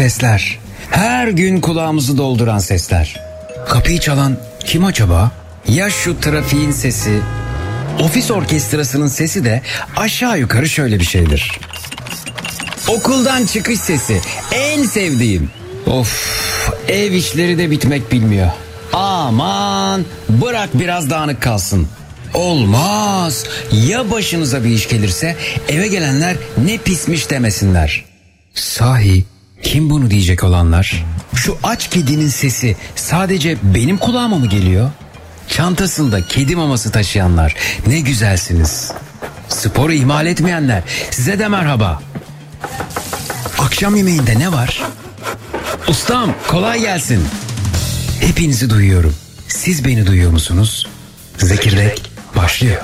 sesler. Her gün kulağımızı dolduran sesler. Kapıyı çalan kim acaba? Ya şu trafiğin sesi, ofis orkestrasının sesi de aşağı yukarı şöyle bir şeydir. Okuldan çıkış sesi, en sevdiğim. Of, ev işleri de bitmek bilmiyor. Aman, bırak biraz dağınık kalsın. Olmaz. Ya başınıza bir iş gelirse eve gelenler ne pismiş demesinler. Sahi kim bunu diyecek olanlar? Şu aç kedinin sesi sadece benim kulağıma mı geliyor? Çantasında kedi maması taşıyanlar ne güzelsiniz. Sporu ihmal etmeyenler size de merhaba. Akşam yemeğinde ne var? Ustam kolay gelsin. Hepinizi duyuyorum. Siz beni duyuyor musunuz? Zekirdek başlıyor.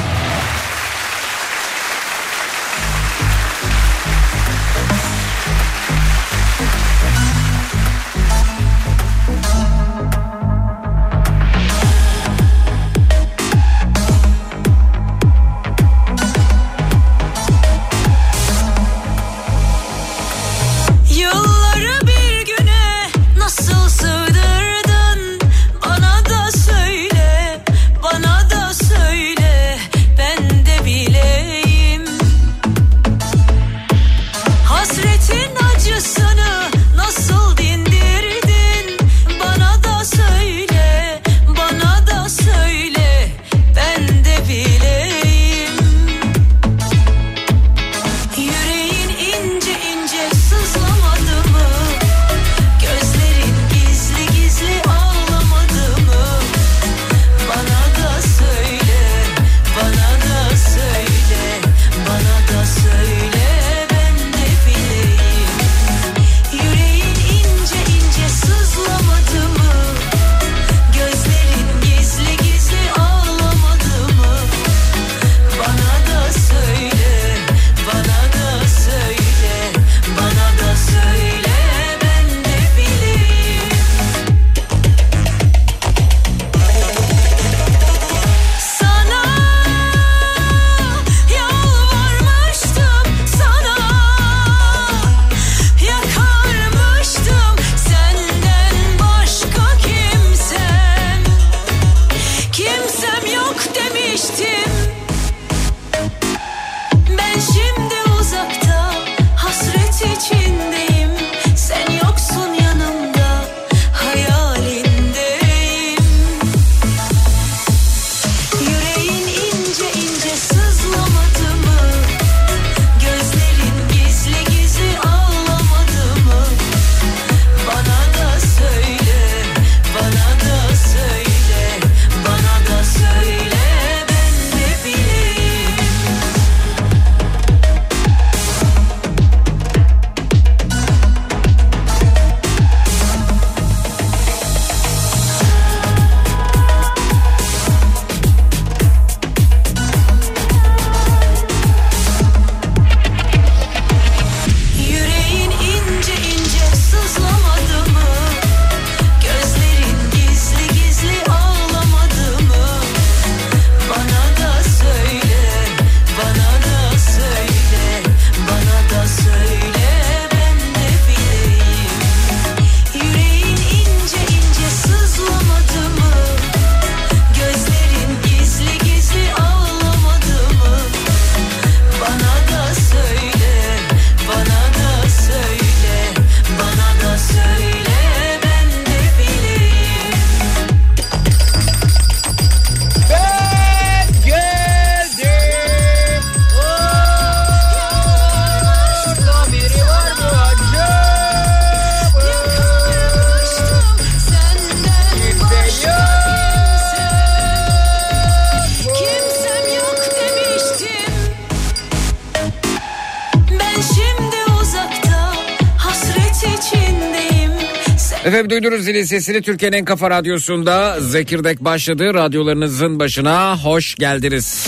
Efendim duydunuz zilin sesini, Türkiye'nin en kafa radyosunda Zekirdek başladı. Radyolarınızın başına hoş geldiniz.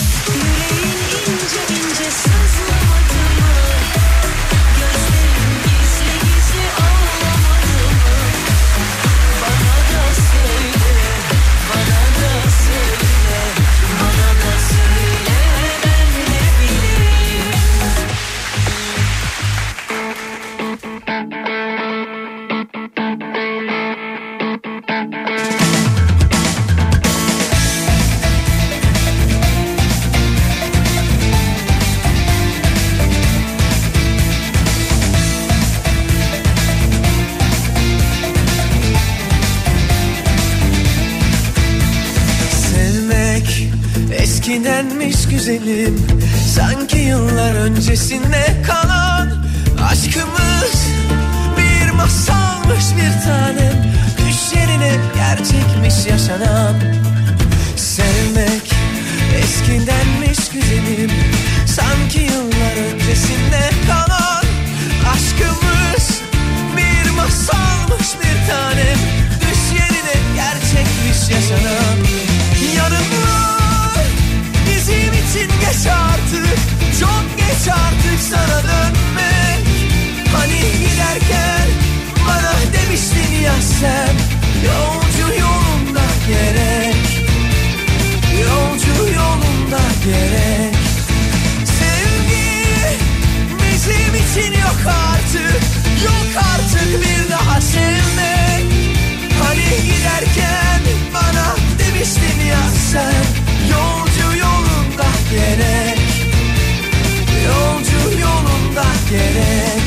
eskidenmiş güzelim. Sanki yıllar öncesinde kalan aşkımız bir masalmış bir tanem. Düş yerine gerçekmiş yaşanan. Sevmek eskidenmiş güzelim. Sanki yıllar öncesinde kalan aşkımız bir masalmış bir tanem. Düş yerine gerçekmiş yaşanan. Yarınlar bizim için geç artık. Çok geç artık sana dönmek. Hani giderken bana demiştin ya sen, yolcu yolunda gerek. Yolcu yolunda gerek. Sevgi bizim için yok artık. Yok artık bir daha sevmek. Hani giderken bana demiştin ya sen, yolcu yolunda gerek. Yolcu yolunda gerek.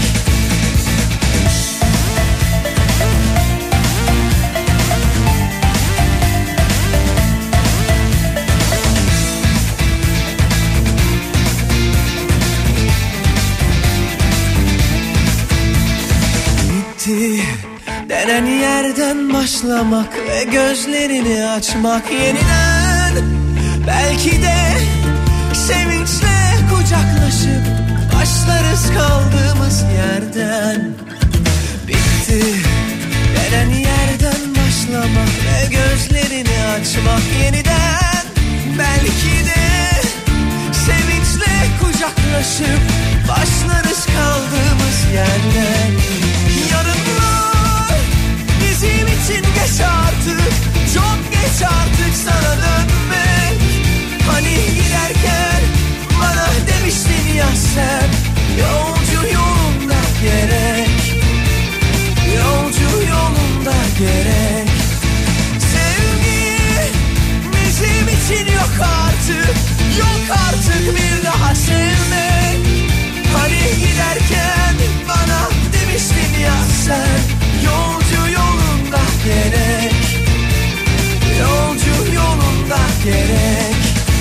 Denen yerden başlamak ve gözlerini açmak yeniden. Belki de sevinçle kucaklaşıp başlarız kaldığımız yerden. Bitti denen yerden başlamak ve gözlerini açmak yeniden. Belki de sevinçle kucaklaşıp başlarız kaldığımız yerden. Yarınlar bizim için geç artık. Çok geç artık sana dönmek. Hani giderken bana demiştin ya sen, yolcu yolunda gerek. Yolcu yolunda gerek. Sevgi bizim için yok artık. Yok artık bir daha sevmek. Hani giderken bana demiştin ya sen, yolcu yolunda gerek. Yolcu yolunda gerek.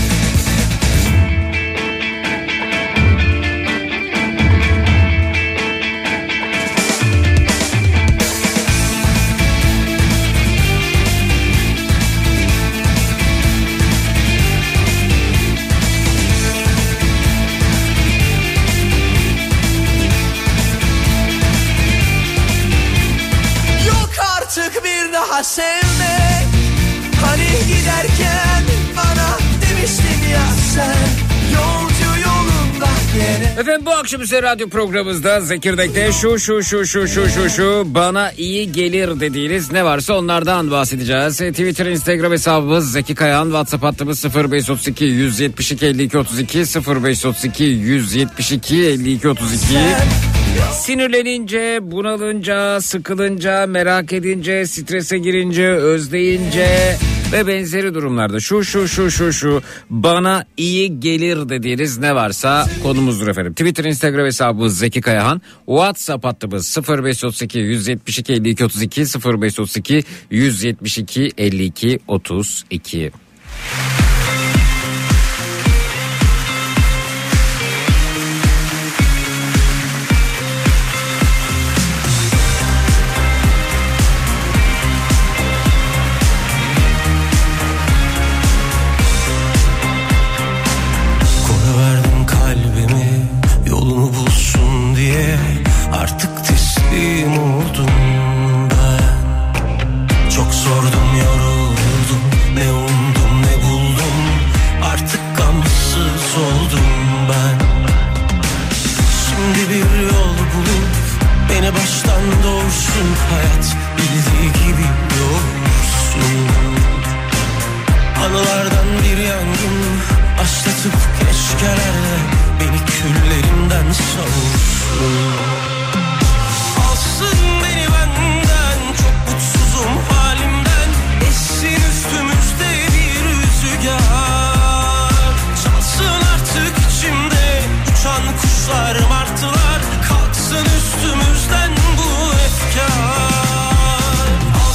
Sevmek. Hani giderken bana demiştin ya sen, yolcu yolunda gerek. Efendim bu akşam ise radyo programımızda Zekirdek'te şu bana iyi gelir dediğiniz ne varsa onlardan bahsedeceğiz. Twitter, Instagram hesabımız Zeki Kayağan, WhatsApp hattımız 0532 172 52 32 0532 172 52 32. Sinirlenince, bunalınca, sıkılınca, merak edince, strese girince, özleyince ve benzeri durumlarda şu bana iyi gelir dediğiniz ne varsa konumuzdur efendim. Twitter, Instagram hesabımız Zeki Kayahan, WhatsApp hattımız 0532 172 52 32 0532 172 52 32.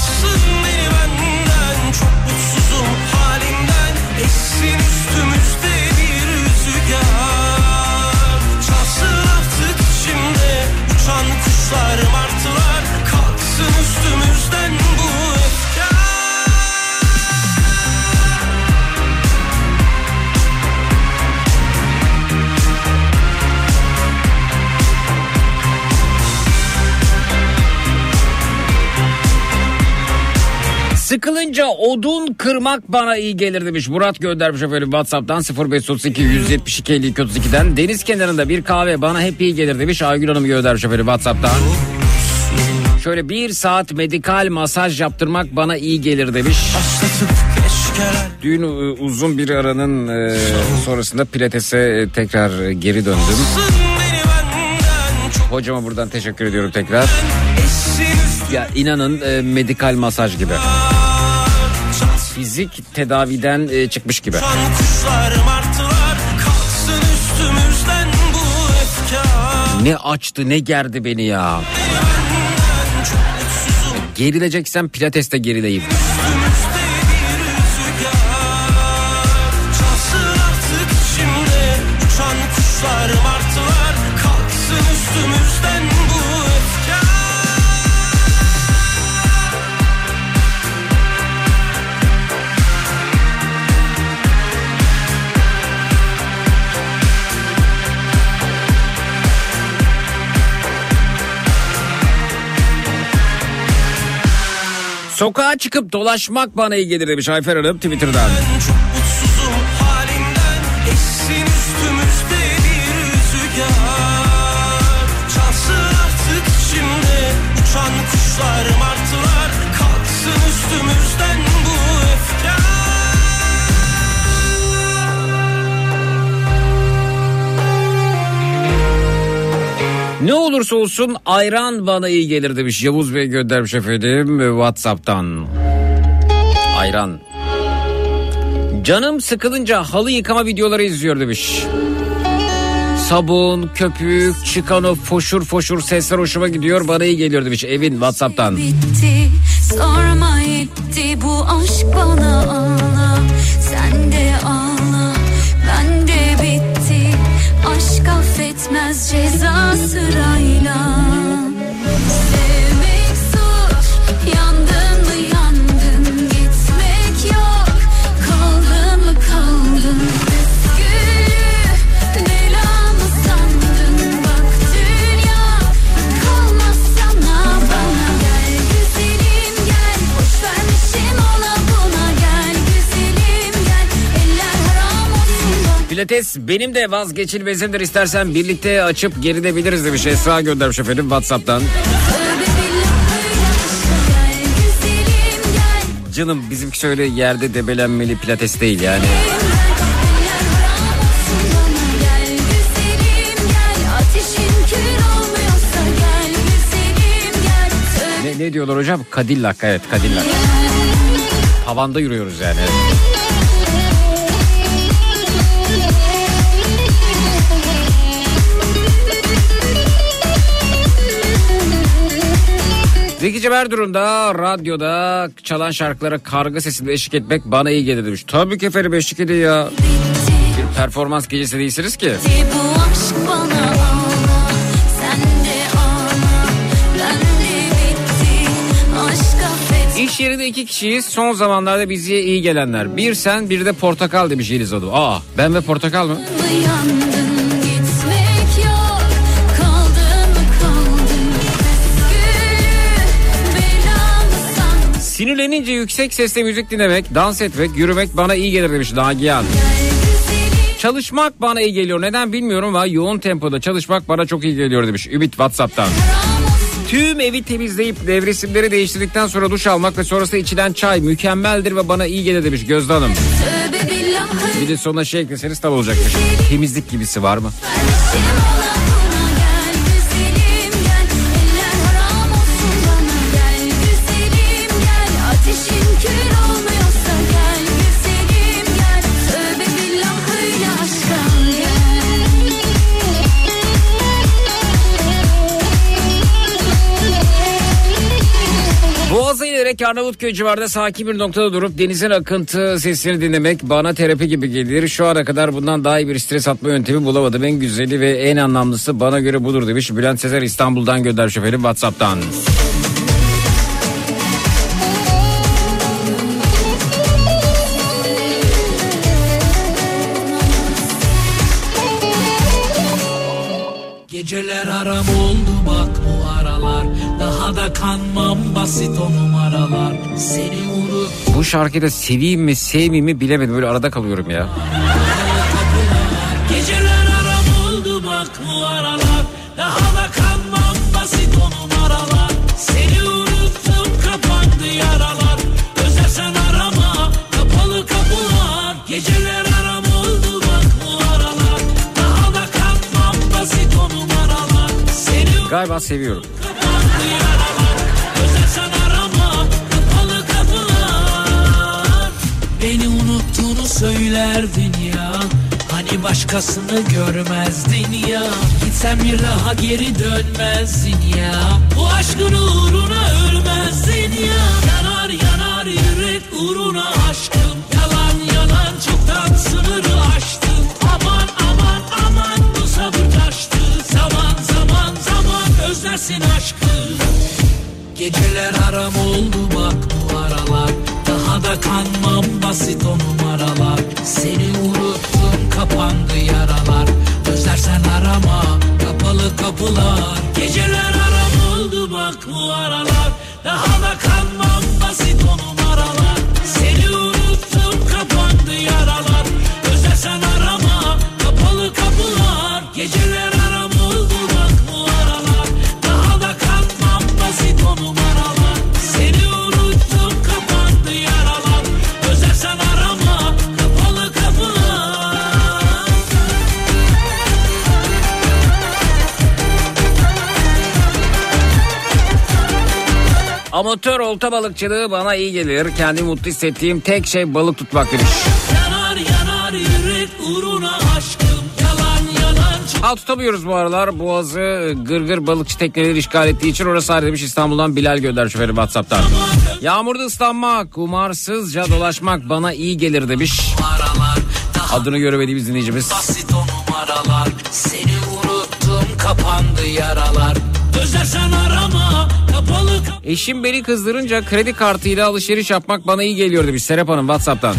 Alsın beni benden, çok mutsuzum halimden, essin üstümüzde kuşlar martılar kalksın üstümüzden bu efkar. Sıkılınca odun kırmak bana iyi gelir demiş. Murat göndermiş efendim WhatsApp'tan 0532 172 52 32'den. Deniz kenarında bir kahve bana hep iyi gelir demiş. Aygül Hanım göndermiş efendim WhatsApp'tan. Şöyle 1 saat medikal masaj yaptırmak bana iyi gelir demiş. Dün uzun bir aranın sonrasında pilatese tekrar geri döndüm. Hocama buradan teşekkür ediyorum tekrar. Ya inanın medikal masaj gibi. Fizik tedaviden çıkmış gibi. Ne açtı ne gerdi beni ya. Gerileceksem pilateste gerileyim. Sokağa çıkıp dolaşmak bana iyi gelir demiş Ayfer Hanım Twitter'dan. Çok mutsuzum halimden, essin üstümüzde bir rüzgar. Çalsın artık şimdi uçan kuşlar martılar kalksın üstümüzden bu efkar. Ne olursa olsun ayran bana iyi gelir demiş. Yavuz Bey göndermiş efendim WhatsApp'tan. Ayran. Canım sıkılınca halı yıkama videoları izliyor demiş. Sabun, köpük, çıkan o foşur foşur sesler hoşuma gidiyor. Bana iyi geliyor demiş Evin WhatsApp'tan. Bitti, sorma etti bu aşk bana ağla. Sen de ağla, ben de bitti. Aşk affetmez ceza sırayla. Sevmek suç, yandın mı yandın, gitmek yok, kaldın mı kaldın. Püsküllü bela mı sandın, bak dünya kalmaz sana bana. Gel güzelim gel, boş vermişim ona buna. Gel güzelim gel, eller haram olsun bana. Pilates benim de vazgeçilmezimdir, istersen birlikte açıp gerilebiliriz demiş. Esra göndermiş efendim WhatsApp'tan. Canım bizimki şöyle yerde debelenmeli pilates değil yani. Ne diyorlar hocam? Cadillac, evet Cadillac. Havanda yürüyoruz yani. Zeki Ceberdur'unda radyoda çalan şarkılara karga sesinde eşlik etmek bana iyi gelir demiş. Tabii ki efendim eşlik ediyor ya. Bir performans gecesi değilsiniz ki. Bu aşk bana ağla, sen de ağla, ben de bitti. Aşk affet. İş yerinde 2 kişiyiz. Son zamanlarda bize iyi gelenler. Bir sen bir de portakal demiş Yeliz Hanım. Aa, ben ve portakal mı? Yandın, gitmek yok, kaldın mı kaldın. Püsküllü bela mı sandın. Sinirlenince yüksek sesle müzik dinlemek, dans etmek, yürümek bana iyi gelir demiş Nagihan. Çalışmak bana iyi geliyor. Neden bilmiyorum ama yoğun tempoda çalışmak bana çok iyi geliyor demiş Ümit WhatsApp'tan. Tüm evi temizleyip nevresimleri değiştirdikten sonra duş almak ve sonrasında içilen çay mükemmeldir ve bana iyi gelir demiş Gözde Hanım. Tövbe billah, Bir de sonuna şey ekleseniz tam olacakmış. Temizlik gibisi var mı? vermişim ona buna. Gel güzelim gel, eller haram olsun bana. Gel güzelim gel, ateşin kül olmuyorsa. Gel güzelim gel, tövbe billah öyle aşka gel. Boğaz'a inerek Arnavutköy civarında sakin bir noktada durup denizin akıntı sesini dinlemek bana terapi gibi gelir. Şu ana kadar bundan daha iyi bir stres atma yöntemi bulamadım. En güzeli ve en anlamlısı bana göre budur demiş. Bülent Sezer İstanbul'dan göndermiş efendim WhatsApp'tan. Geceler aram oldu bak bu aralar. Daha da kanmam basit o numaralar. Seni unut. Bu şarkıda seveyim mi sevmeyeyim mi bilemedim. Böyle arada kalıyorum ya. Geceler aram oldu bak bu aralar. Daha da kanmam basit o numaralar. Seni unuttum kapandı yaralar. Özlersen arama kapalı kapılar. Geceler aram oldu bak bu aralar. Daha da kanmam basit o numaralar. Seni Galiba seviyorum. kapandı yaralar. Özlersen arama kapalı kapılar. Beni unuttuğunu söylerdin ya. Hani başkasını görmezdin ya. Gitsem bir daha geri dönmezdin ya. Bu aşkın uğruna ölmezdin ya. Yanar yanar yürek uğruna aşkım. Yalan yalan çoktan sınırı aştım. Aman aman aman bu sabır taştı. Zaman zaman zaman özlersin aşkı. Geceler aram oldu bak bu aralar. Daha da kanmam basit o numaralar. Seni unuttum kapandı yaralar. Özlersen arama kapalı kapılar. Geceler aram oldu bak bu aralar. Daha da kanmam basit o numaralar. Seni unuttum kapandı yaralar. Özlersen arama kapalı kapılar. Geceler aram oldu bak bu aralar. Daha da kanmam basit o numaralar. Seni unuttum kapandı yaralar. Özlersen arama kapalı kapılar. Amatör olta balıkçılığı bana iyi gelir. Kendimi mutlu hissettiğim tek şey balık tutmak demiş. Yanar yanar yürek uğruna aşkım. Yalan yalan çok. Tutamıyoruz bu aralar. Boğazı gırgır balıkçı tekneleri işgal ettiği için orası ayrı demiş. İstanbul'dan Bilal gönder şoförü WhatsApp'tan. Yağmurda ıslanmak, umarsızca dolaşmak bana iyi gelir demiş. Aralar daha Adını göremediğimiz dinleyicimiz. basit o numaralar. Seni unuttum kapandı yaralar. Özlersen arama kapalı kapılar. Eşim beni kızdırınca kredi kartıyla alışveriş yapmak bana iyi geliyor demiş Serap Hanım WhatsApp'tan.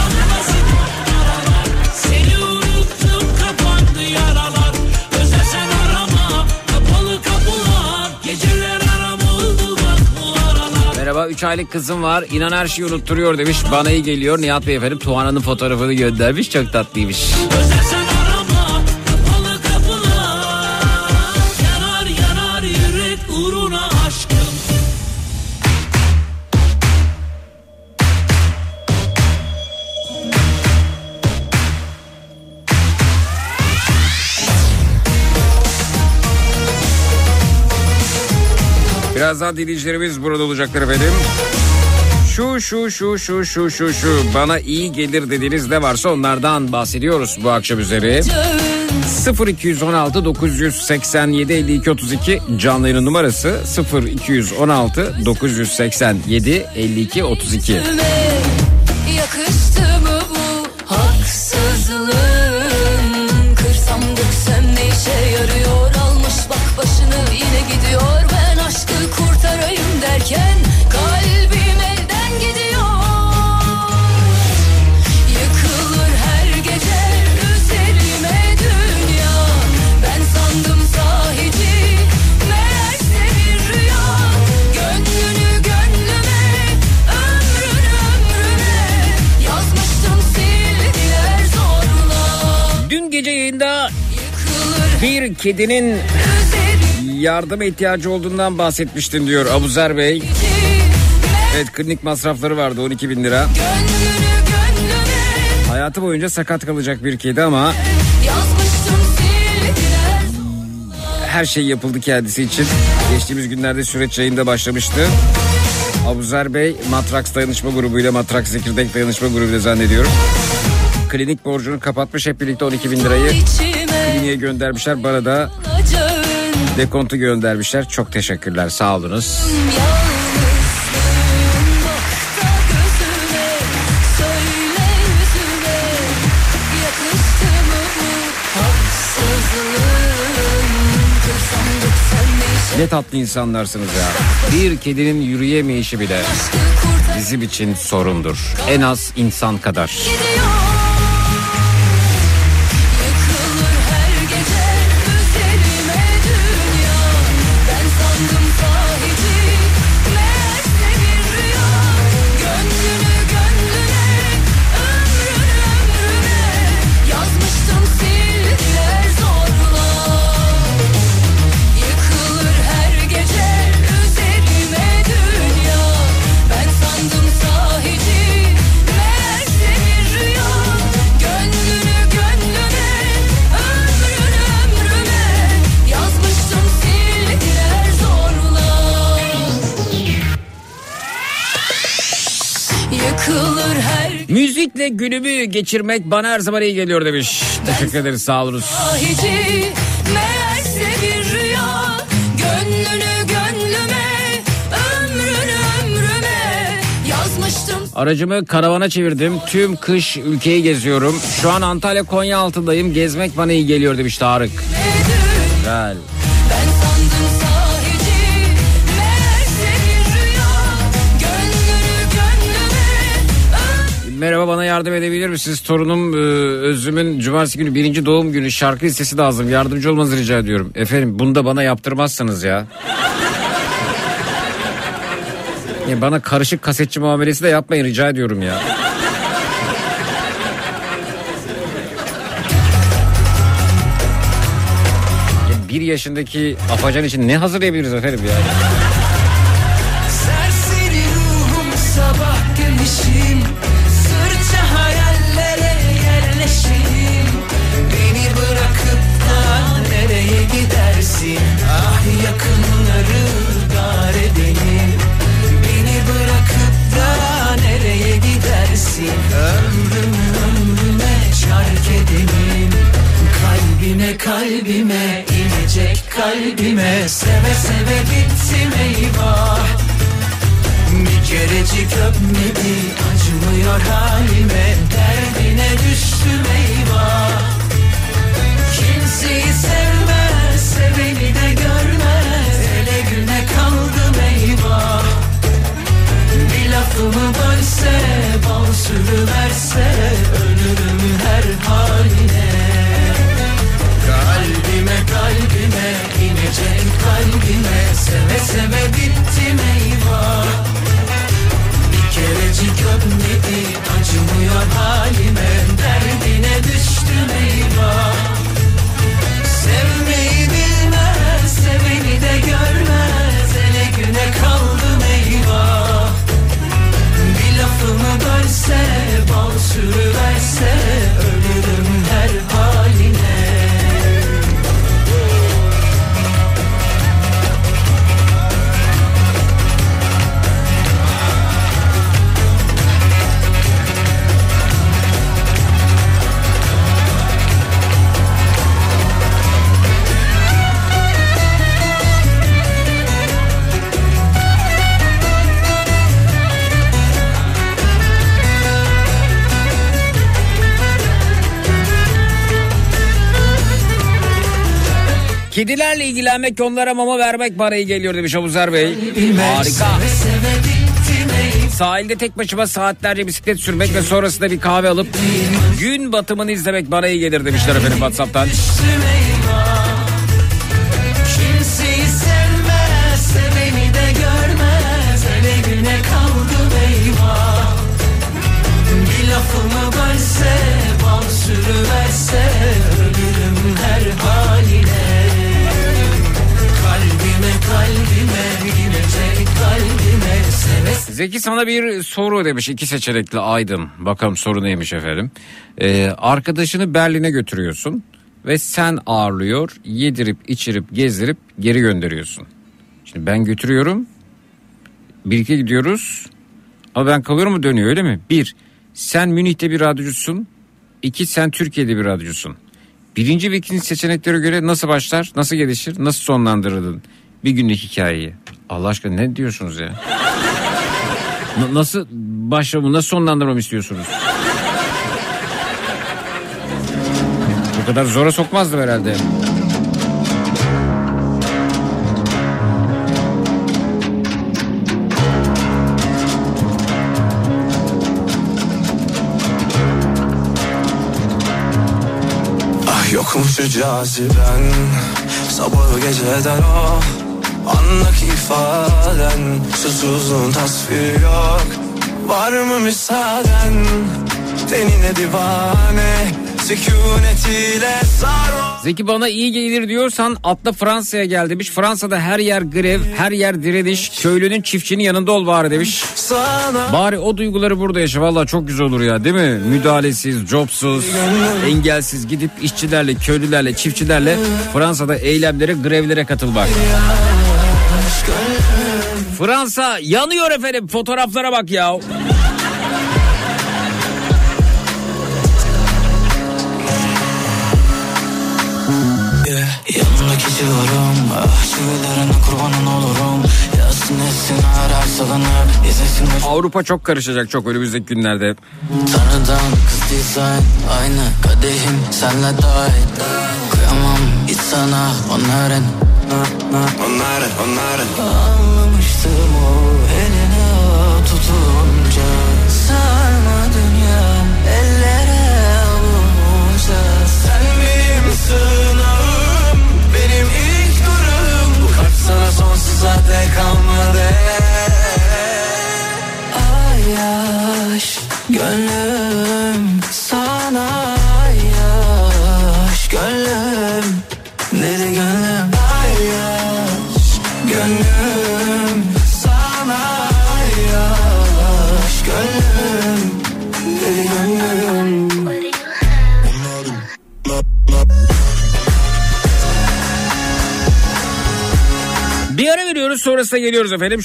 Seni unuttum kapandı yaralar. Özlersen arama kapalı kapılar. Geceler aram oldu bak bu aralar. Merhaba 3 aylık kızım var. İnan her şeyi unutturuyor demiş. Bana iyi geliyor. Nihat Bey efendim Tuğan'ın fotoğrafını göndermiş. Çok tatlıymış. Özlersen arama kapalı kapılar. Yanar yanar yürek uğruna aşkım. Birazdan dinleyicilerimiz burada olacaklar efendim. Şu bana iyi gelir dediğiniz ne varsa onlardan bahsediyoruz bu akşam üzeri. 0216 987 52 32 canlı yayının numarası 0216 987 52 32. Yakıştı mı bu haksızlığın? Kırsam döksem ne işe yarıyor? Almış bak başını yine gidiyor. Ben aşkı kurtarayım derken kalbim elden gidiyor. Yıkılır her gece üzerime dünya. Ben sandım sahici, meğerse bir rüya. Gönlünü gönlüme, ömrünü ömrüme yazmıştım sildiler zorla. Dün gece yayında Yıkılır bir kedinin üzerim yardıma ihtiyacı olduğundan bahsetmiştin diyor Abuzer Bey. Evet klinik masrafları vardı 12 bin lira. gönlünü gönlüme Hayatı boyunca sakat kalacak bir kedi ama yazmıştım sildiler. her şey yapıldı kendisi için. Geçtiğimiz günlerde süreç yayında başlamıştı. Abuzer Bey Matrax Dayanışma Grubu'yla Matrax Zekirdek Dayanışma Grubu'yla zannediyorum. Klinik borcunu kapatmış, hep birlikte 12 bin lirayı kliniğe göndermişler. Bana da dekontu göndermişler. Çok teşekkürler, sağ olunuz. Yalnızlığım Ne tatlı insanlarsınız ya. Bir kedinin yürüyemeyişi bile bizim için sorundur. En az insan kadar. Yıkılır her gece üzerime dünya. Ben sandım sahici, meğerse bir rüya. Gönlünü gönlüne, ömrünü ömrüme yazmıştım, sildiler zorla. Yıkılır her gece üzerime dünya. Ben sandım sahici, meğerse bir rüya. Gönlünü gönlüne, ömrünü ömrüme yazmıştım, sildiler zorla. Yıkılır her Müzikle günümü geçirmek bana her zaman iyi geliyor demiş. Teşekkür ederiz, sağ olunuz. sahici, meğerse bir rüya. Gönlünü gönlüme, ömrünü ömrüme yazmıştım. Aracımı karavana çevirdim. Tüm kış ülkeyi geziyorum. Şu an Antalya Konyaaltı'ndayım. Gezmek bana iyi geliyor demiş Tarık. Güzel. Ben sandım sahici, meğerse bir rüya. Gönlünü gönlüme, Merhaba, bana yardım edebilir misiniz? Torunum Özüm'ün cumartesi günü 1. doğum günü, şarkı listesi lazım. Yardımcı olmanızı rica ediyorum. Efendim, bunu da bana yaptırmazsanız ya. Ya bana karışık kasetçi muamelesi de yapmayın rica ediyorum ya. Ya 1 yaşındaki afacan için ne hazırlayabiliriz efendim ya? Serseri ruhum sabah güneşim, sırça hayallere yerleşim. Beni bırakıp da nereye gidersin? Ah, yakınları dar edelim. Beni bırakıp da nereye gidersin? Ömrümü ömrüme şark edelim. Kalbime kalbime inecek kalbime, seve seve bittim eyvah. Bir kerecik öpmedi, acımıyor halime, derdine düştüm eyvah. Kimseyi sevmez, seveni de görmez, ele güne kaldım eyvah. Bir lafımı bölse, bal sürüverse, ölürüm her haline. Kalbime kalbime inecek kalbime, seve seve bittim eyvah. Bir kerecik öpmedi, acımıyor halime, derdine düştüm eyvah. Sevmeyi bilmez, seveni de görmez, ele güne kaldım eyvah. Bir lafımı bölse, bal sürüverse, ölürüm her haline. Kedilerle ilgilenmek, onlara mama vermek bana iyi geliyor demiş Abuzer Bey. Harika. Sahilde tek başıma saatlerce bisiklet sürmek ve sonrasında bir kahve alıp gün batımını izlemek bana iyi gelir demişler efendim WhatsApp'tan. Kimseyi sevmez, seveni de görmez, ele güne kaldım eyvah. Bir lafımı bölse, bal sürüverse, ölürüm her haline. Kalbime kalbime girecek kalbime, seve. Zeki, sana bir soru demiş, 2 seçenekli Aydın. Bakalım soru neymiş efendim. Arkadaşını Berlin'e götürüyorsun ve sen ağırlıyor, yedirip içirip gezdirip geri gönderiyorsun. Şimdi ben götürüyorum, birlikte gidiyoruz ama ben kalıyorum mu, dönüyor, öyle mi? 1. Sen Münih'te bir radyocusun. 2. Sen Türkiye'de bir radyocusun. Birinci ve ikinci seçeneklere göre nasıl başlar, nasıl gelişir, nasıl sonlandırırdın bir günlük hikayeyi? Allah aşkına ne diyorsunuz ya? Nasıl başlamamı, nasıl sonlandırmamı istiyorsunuz? Bu kadar zora sokmazdım herhalde. Yokmuş caziben, sabahı geceden o andaki ifaden, susuzluğun tasviri yok. Var mı müsaaden, tenine divane, sükunetiyle sarhoş. Zeki bana iyi gelir diyorsan atla Fransa'ya gel demiş. Fransa'da her yer grev, her yer direniş. Köylünün çiftçinin yanında ol bari demiş. Sana Bari o duyguları burada yaşa. Vallahi çok güzel olur ya, değil mi? Müdahalesiz, jobsuz, engelsiz gidip işçilerle, köylülerle, çiftçilerle Fransa'da eylemlere, grevlere katıl bak. Fransa yanıyor efendim. Fotoğraflara bak ya. Yanındaki civarım, çivilerine kurbanın olurum. Yazsın etsin arar salınır, izlesin de Avrupa çok karışacak çok önümüzdeki günlerde. Tanrıdan kız dizayn, aynı kadehim senle dahil. Kıyamam hiç sana onların anlamıştım o eline tutunca. Sarma dünyam ellere avunca. sen benim sığınağım, benim ilk durum. Bu kalp sana sonsuza dek kalmadı. Ay yaş gönlüm sana, ay yaş gönlüm. Deli gönlüm, ay yaş gönlüm sana, ay yaş gönlüm. Deli gönlüm. Bir ara veriyoruz, sonrasında geliyoruz efendim.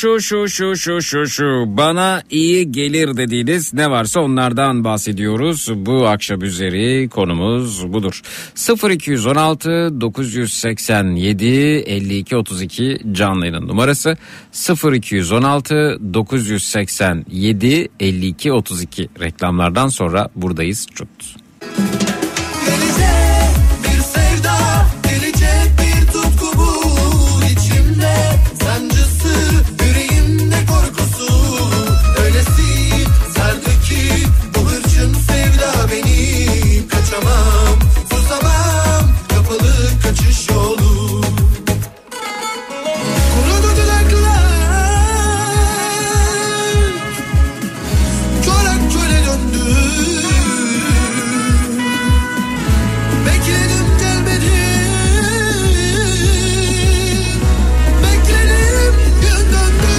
Şu bana iyi gelir dediğiniz ne varsa onlardan bahsediyoruz. Bu akşam üzeri konumuz budur. 0216 987 52 32 canlı yayın numarası 0216 987 52 32. Reklamlardan sonra buradayız. Çut. Gelecek bir sevda, gelecek bir tutku bu içimde. Sancısı, yüreğimde korkusu. Öylesi sardı ki bu hırçın sevda beni. Kaçamam, susamam, kapalı kaçış yolu. Kurudu dudaklar, çorak çöle döndü. Bekledim gelmedi, bekledim gün döndü.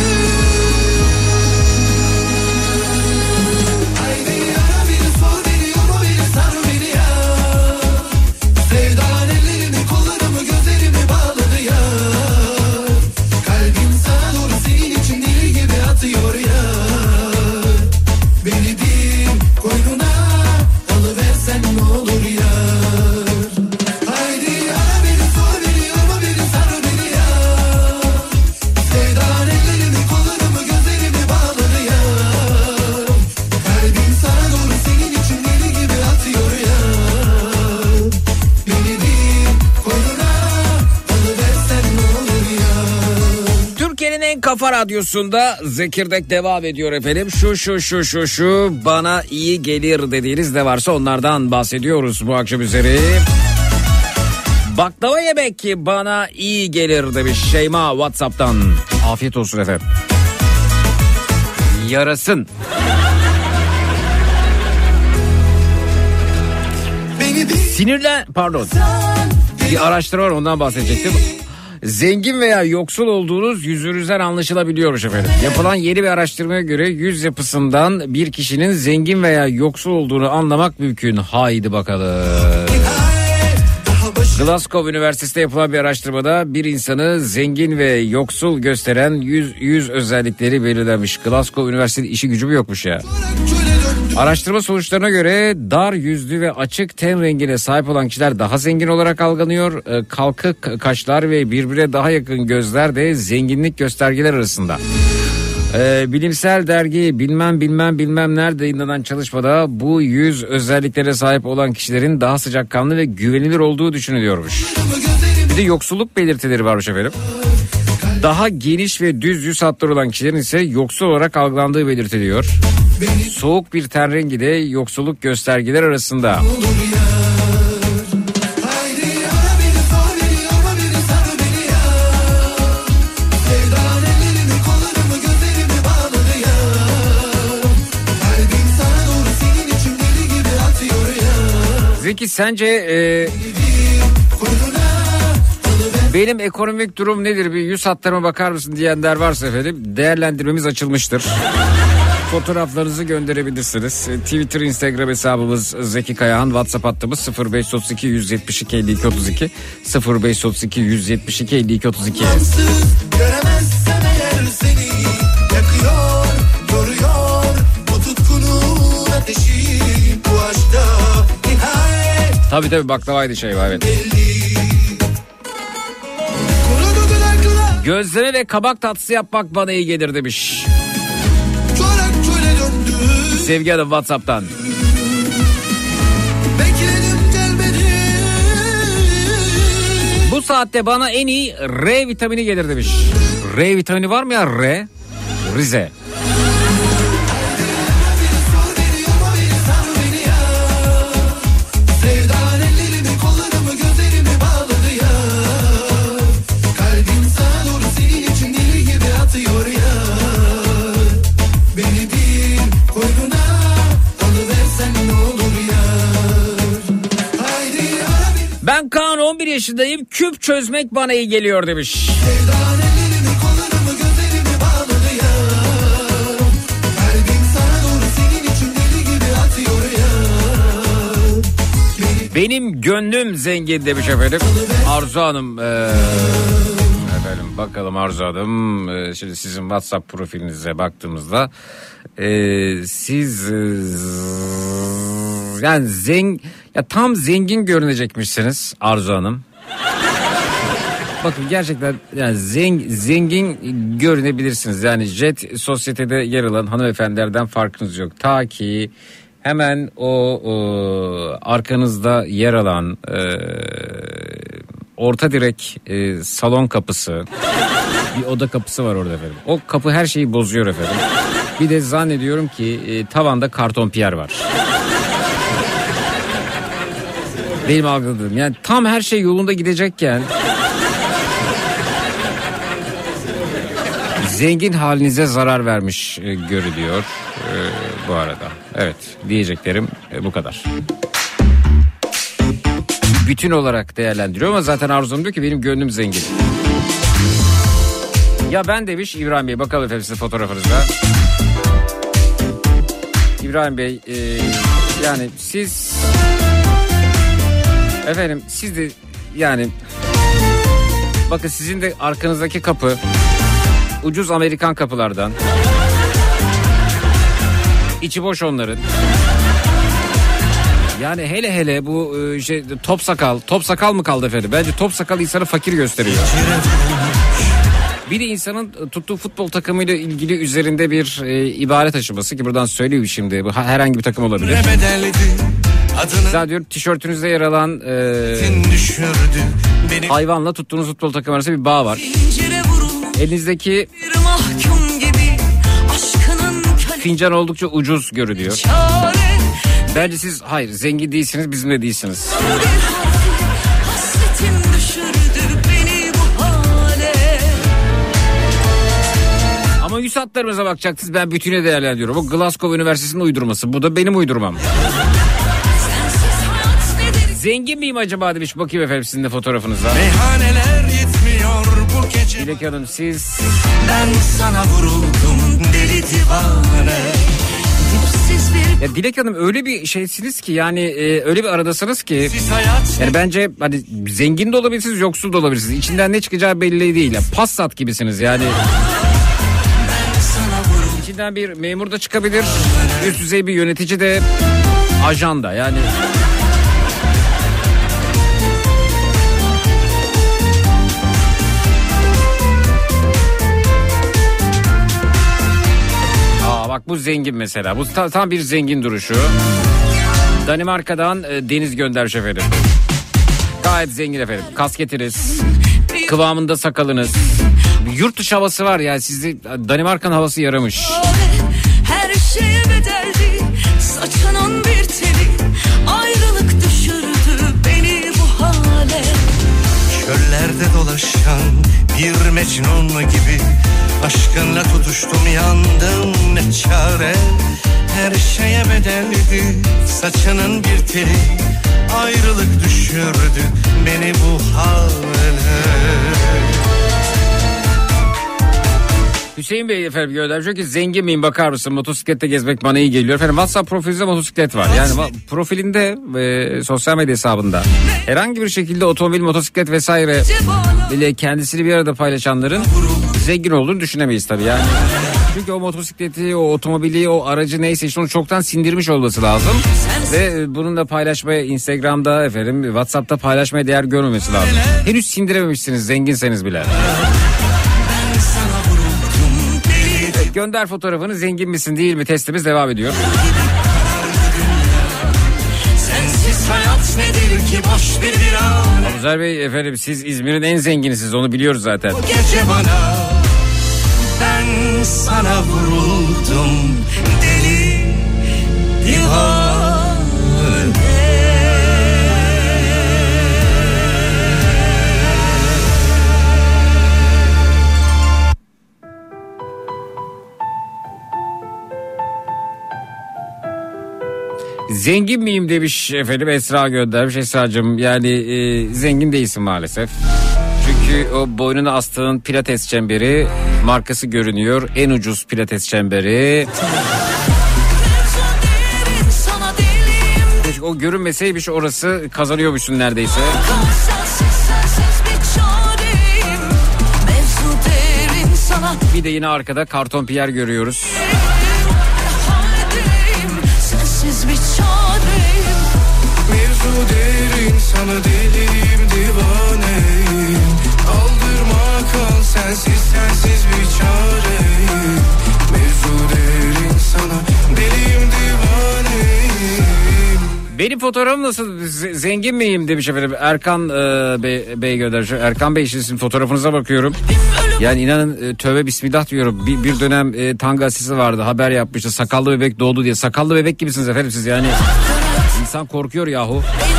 Haydi ara beni, sor beni, yorma beni, sar beni ya. Sevdan ellerimi, kollarımı, gözlerimi bağladı ya. Kalbim sana doğru senin için deli gibi atıyor ya. Beni bir koynuna alıversen ne olur ya. Haydi ara beni, sor beni, yorma beni, sar beni ya. Sevdan ellerimi, kollarımı, gözlerimi bağladı ya. Kalbim sana doğru senin için deli gibi atıyor ya. Beni bir koynuna alıversen ne olur ya. Türkiye'nin en kafa radyosunda Zekirdek devam ediyor efendim. Şu bana iyi gelir dediğiniz ne varsa onlardan bahsediyoruz bu akşam üzeri. Baklava yemek ki bana iyi gelir demiş Şeyma WhatsApp'tan. Afiyet olsun efendim. Yarasın. Beni bir Bir araştırma var, ondan bahsedecektim. Zengin veya yoksul olduğunuz yüzünüzden anlaşılabiliyormuş efendim. Yapılan yeni bir araştırmaya göre yüz yapısından bir kişinin zengin veya yoksul olduğunu anlamak mümkün. Haydi bakalım. daha başı Glasgow Üniversitesi'nde yapılan bir araştırmada bir insanı zengin ve yoksul gösteren yüz özellikleri belirlenmiş. Glasgow Üniversitesi'nin işi gücü mü yokmuş ya? çöle döndü. Araştırma sonuçlarına göre dar yüzlü ve açık ten rengine sahip olan kişiler daha zengin olarak algılanıyor. Kalkık kaşlar ve birbirine daha yakın gözler de zenginlik göstergeler arasında. Bilimsel dergi bilmem nerede yayınlanan çalışmada bu yüz özelliklere sahip olan kişilerin daha sıcakkanlı ve güvenilir olduğu düşünülüyormuş. Bir de yoksulluk belirtileri varmış efendim. Daha geniş ve düz yüz hatları olan kişilerin ise yoksul olarak algılandığı belirtiliyor. Soğuk bir ten rengi de yoksulluk göstergeler arasında. Peki sence benim ekonomik durum nedir, bir yüz hatlarıma bakar mısın diyenler varsa efendim, değerlendirmemiz açılmıştır. Fotoğraflarınızı gönderebilirsiniz. Twitter, Instagram hesabımız Zeki Kayahan, WhatsApp hattımız 0532 172 52 32 0532 172 52 32. Göremezsem eğer seni yakıyor, yoruyor bu tutkunun ateşi, bu aşkta nihayet Tabii baklavaydı şey var, evet. kurudu dudaklar, Gözleme ve kabak tatlısı yapmak bana iyi gelir demiş çorak çöle döndü. Sevgi Hanım WhatsApp'tan. Bekledim gelmedi. Bu saatte bana en iyi R vitamini gelir demiş. R vitamini var mı ya, R? Rize. Sevdan ellerimi, kollarımı, gözlerimi bağladı ya. Kalbim sağa doğru senin için deli gibi atıyor ya. Beni bir koynuna alıversen ne olur ya. Haydi ara beni. Ben Kaan, 11 yaşındayım. Küp çözmek bana iyi geliyor demiş. Sevdan ellerimi, kollarımı, gözlerimi bağladı ya. Kalbim sağa doğru senin için deli gibi atıyor ya. Benim gönlüm zengin demiş efendim. Arzu Hanım. Efendim bakalım Arzu Hanım. Şimdi sizin WhatsApp profilinize baktığımızda siz yani tam zengin görünecekmişsiniz Arzu Hanım. Bakın gerçekten yani zengin görünebilirsiniz. Yani jet sosyetede yer alan hanımefendilerden farkınız yok. Ta ki hemen o arkanızda yer alan orta direk salon kapısı, bir oda kapısı var orada efendim. O kapı her şeyi bozuyor efendim. Bir de zannediyorum ki tavanda karton piyer var. Benim algıladığım, yani tam her şey yolunda gidecekken zengin halinize zarar vermiş görülüyor bu arada. Evet, diyeceklerim bu kadar. Bütün olarak değerlendiriyor ama zaten Arzu'm diyor ki benim gönlüm zengin. Ya ben demiş İbrahim Bey, bakalım efendim sizin fotoğrafınıza. İbrahim Bey yani siz efendim, siz de yani bakın sizin de arkanızdaki kapı ucuz Amerikan kapılardan. İçi boş onların. Yani hele bu top sakal mı kaldı efendim? Bence top sakal insanı fakir gösteriyor. Bir de insanın tuttuğu futbol takımıyla ilgili üzerinde bir ibare taşıması, ki buradan söyleyeyim şimdi. Bu herhangi bir takım olabilir. Zaten diyorum tişörtünüzde yer alan hayvanla tuttuğunuz futbol takımı arasında bir bağ var. Elinizdeki fincan oldukça ucuz görünüyor. Bence siz hayır zengin değilsiniz, bizimle değilsiniz. Ama yüz hatlarımıza bakacaksınız, ben bütüne değerlendiriyorum. O Glasgow Üniversitesi'nin uydurması, bu da benim uydurmam. Zengin miyim acaba demiş, bakayım efendim sizin de fotoğrafınıza. Meyhaneler yetmiyor bu gece. Dilek Hanım siz. Ben sana vuruldum deli divane. Ya Dilek Hanım öyle bir şeysiniz ki yani öyle bir aradasınız ki. Hayat Yani bence hani zengin de olabilirsiniz, yoksul da olabilirsiniz. İçinden ne çıkacağı belli değil. Yani Passat gibisiniz yani. İçinden bir memur da çıkabilir. Üst düzey bir yönetici de, ajan da yani. Bak bu zengin mesela. Bu tam bir zengin duruşu. Danimarka'dan Deniz göndermiş efendim. Gayet zengin efendim. Kasketiniz, kıvamında sakalınız. Yurt dışı havası var ya, sizi Danimarka'nın havası yaramış. Her şeye bedeldi saçının bir teli, ayrılık düşürdü beni bu hale. çöllerde dolaşan bir Mecnun gibi aşkınla tutuştum, yandım ne çare. Her şeye bedeldi saçının bir teli, ayrılık düşürdü beni bu hale. Hüseyin Bey efendim göndermiş ki zengin miyim bakar mısın, motosiklette gezmek bana iyi geliyor. Efendim WhatsApp profilinizde motosiklet var. Yani profilinde sosyal medya hesabında herhangi bir şekilde otomobil, motosiklet vesaire ile kendisini bir arada paylaşanların zengin olduğunu düşünemeyiz tabii yani. Çünkü o motosikleti, o otomobili, o aracı neyse işte onu çoktan sindirmiş olması lazım. Ve bunun da paylaşmaya Instagram'da efendim WhatsApp'ta paylaşmaya değer görmemesi lazım. Henüz sindirememişsiniz zenginseniz bile. Gönder fotoğrafını, zengin misin değil mi testimiz devam ediyor. Sensiz hayat nedir ki boş bir viran. Abuzer Bey efendim siz İzmir'in en zenginisiniz, onu biliyoruz zaten. Bu gece bana ben sana vuruldum deli divane. Zengin miyim demiş efendim, Esra göndermiş. Esra'cığım yani zengin değilsin maalesef. Çünkü o boynuna astığın pilates çemberi markası görünüyor. En ucuz pilates çemberi. Keşke o görünmeseymiş, orası kazanıyormuşsun neredeyse. Bir de yine arkada karton piyer görüyoruz. Mevzu derin, sana deliyim, divaneyim. Aldırma kal, sensiz bir çareyim. Mevzu derin, sana deliyim, divaneyim. Benim fotoğrafım nasıl, zengin miyim demiş efendim Erkan Bey göndermiş. Erkan Bey sizin fotoğrafınıza bakıyorum. Yani inanın tövbe bismillah diyorum. Bir dönem Tanga Asisi vardı, haber yapmıştı, sakallı bebek doğdu diye. Sakallı bebek gibisiniz efendim siz yani. İnsan korkuyor yahu.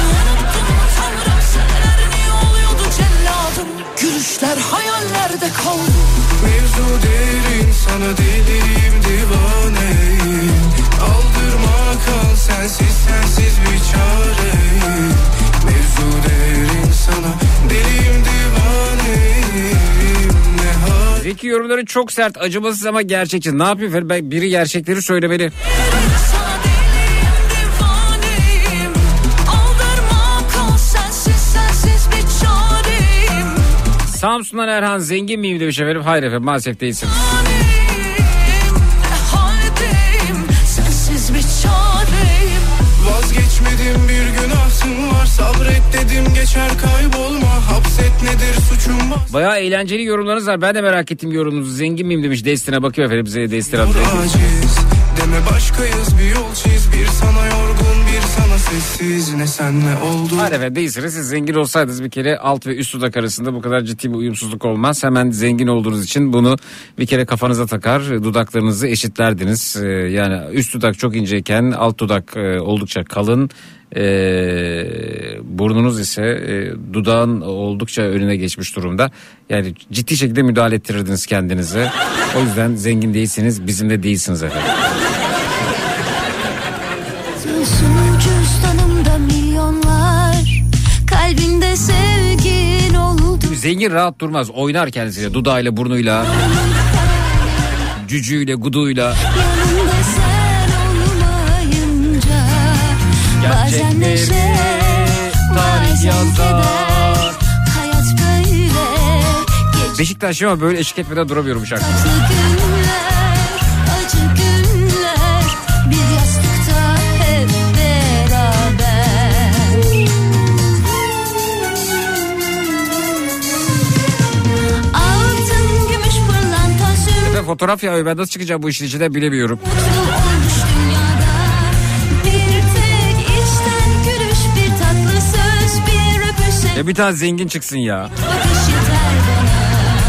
Gülüşler hayallerde kaldı. Mevzu derin, sana deliyim, divaneyim. Aldırma kal, sensiz bir çareyim. Mevzu derin, sana deliyim, divaneyim. Ne hal... Zeki yorumları çok sert, acımasız ama gerçekçi. Ne yapayım efendim, biri gerçekleri söylemeli. Samsun'dan Erhan zengin miyim demiş efendim. Hayır efendim maalesef değilsiniz. Vazgeçmedim, bir günahsın var, sabret dedim, geçer kaybolma, hapset nedir suçum var. Bayağı eğlenceli yorumlarınız var, ben de merak ettim yorumunuzu. Zengin miyim demiş, Destin'e bakıyor efendim bize. Destin abi Aciz deme, başkayız, bir yol çiz, bir sana yorgun, bir sana sessiz, ne senle oldu. Hayır efendim değilsiniz, siz zengin olsaydınız bir kere alt ve üst dudak arasında bu kadar ciddi bir uyumsuzluk olmaz. Hemen zengin olduğunuz için bunu bir kere kafanıza takar, dudaklarınızı eşitlerdiniz. Yani üst dudak çok inceyken alt dudak oldukça kalın. Burnunuz ise dudağın oldukça önüne geçmiş durumda. Yani ciddi şekilde müdahale ettirirdiniz kendinize. O yüzden zengin değilsiniz, bizim de değilsiniz efendim. Cüzdanımda milyonlar, kalbinde sevgin oldu. Zengin rahat durmaz, oynar kendisiyle, dudağıyla, burnuyla, cücüğüyle, guduyla. Yanımda sen olmayınca bazen neşe, bazen keder. Hayat böyle Beşiktaş ama böyle eşlik etmeden duramıyorum bu şarkı. tatlı günler, acı günler, bir yastıkta hep beraber. Altın, gümüş, pırlanta, zümrüt Fotoğraf ya, ben nasıl çıkacağım bu işin içinden bilemiyorum. olmuş dünyada. Bir tek içten gülüş, bir tatlı söz, bir öpüş, Ya bir tane zengin çıksın ya. bakış yeter bana.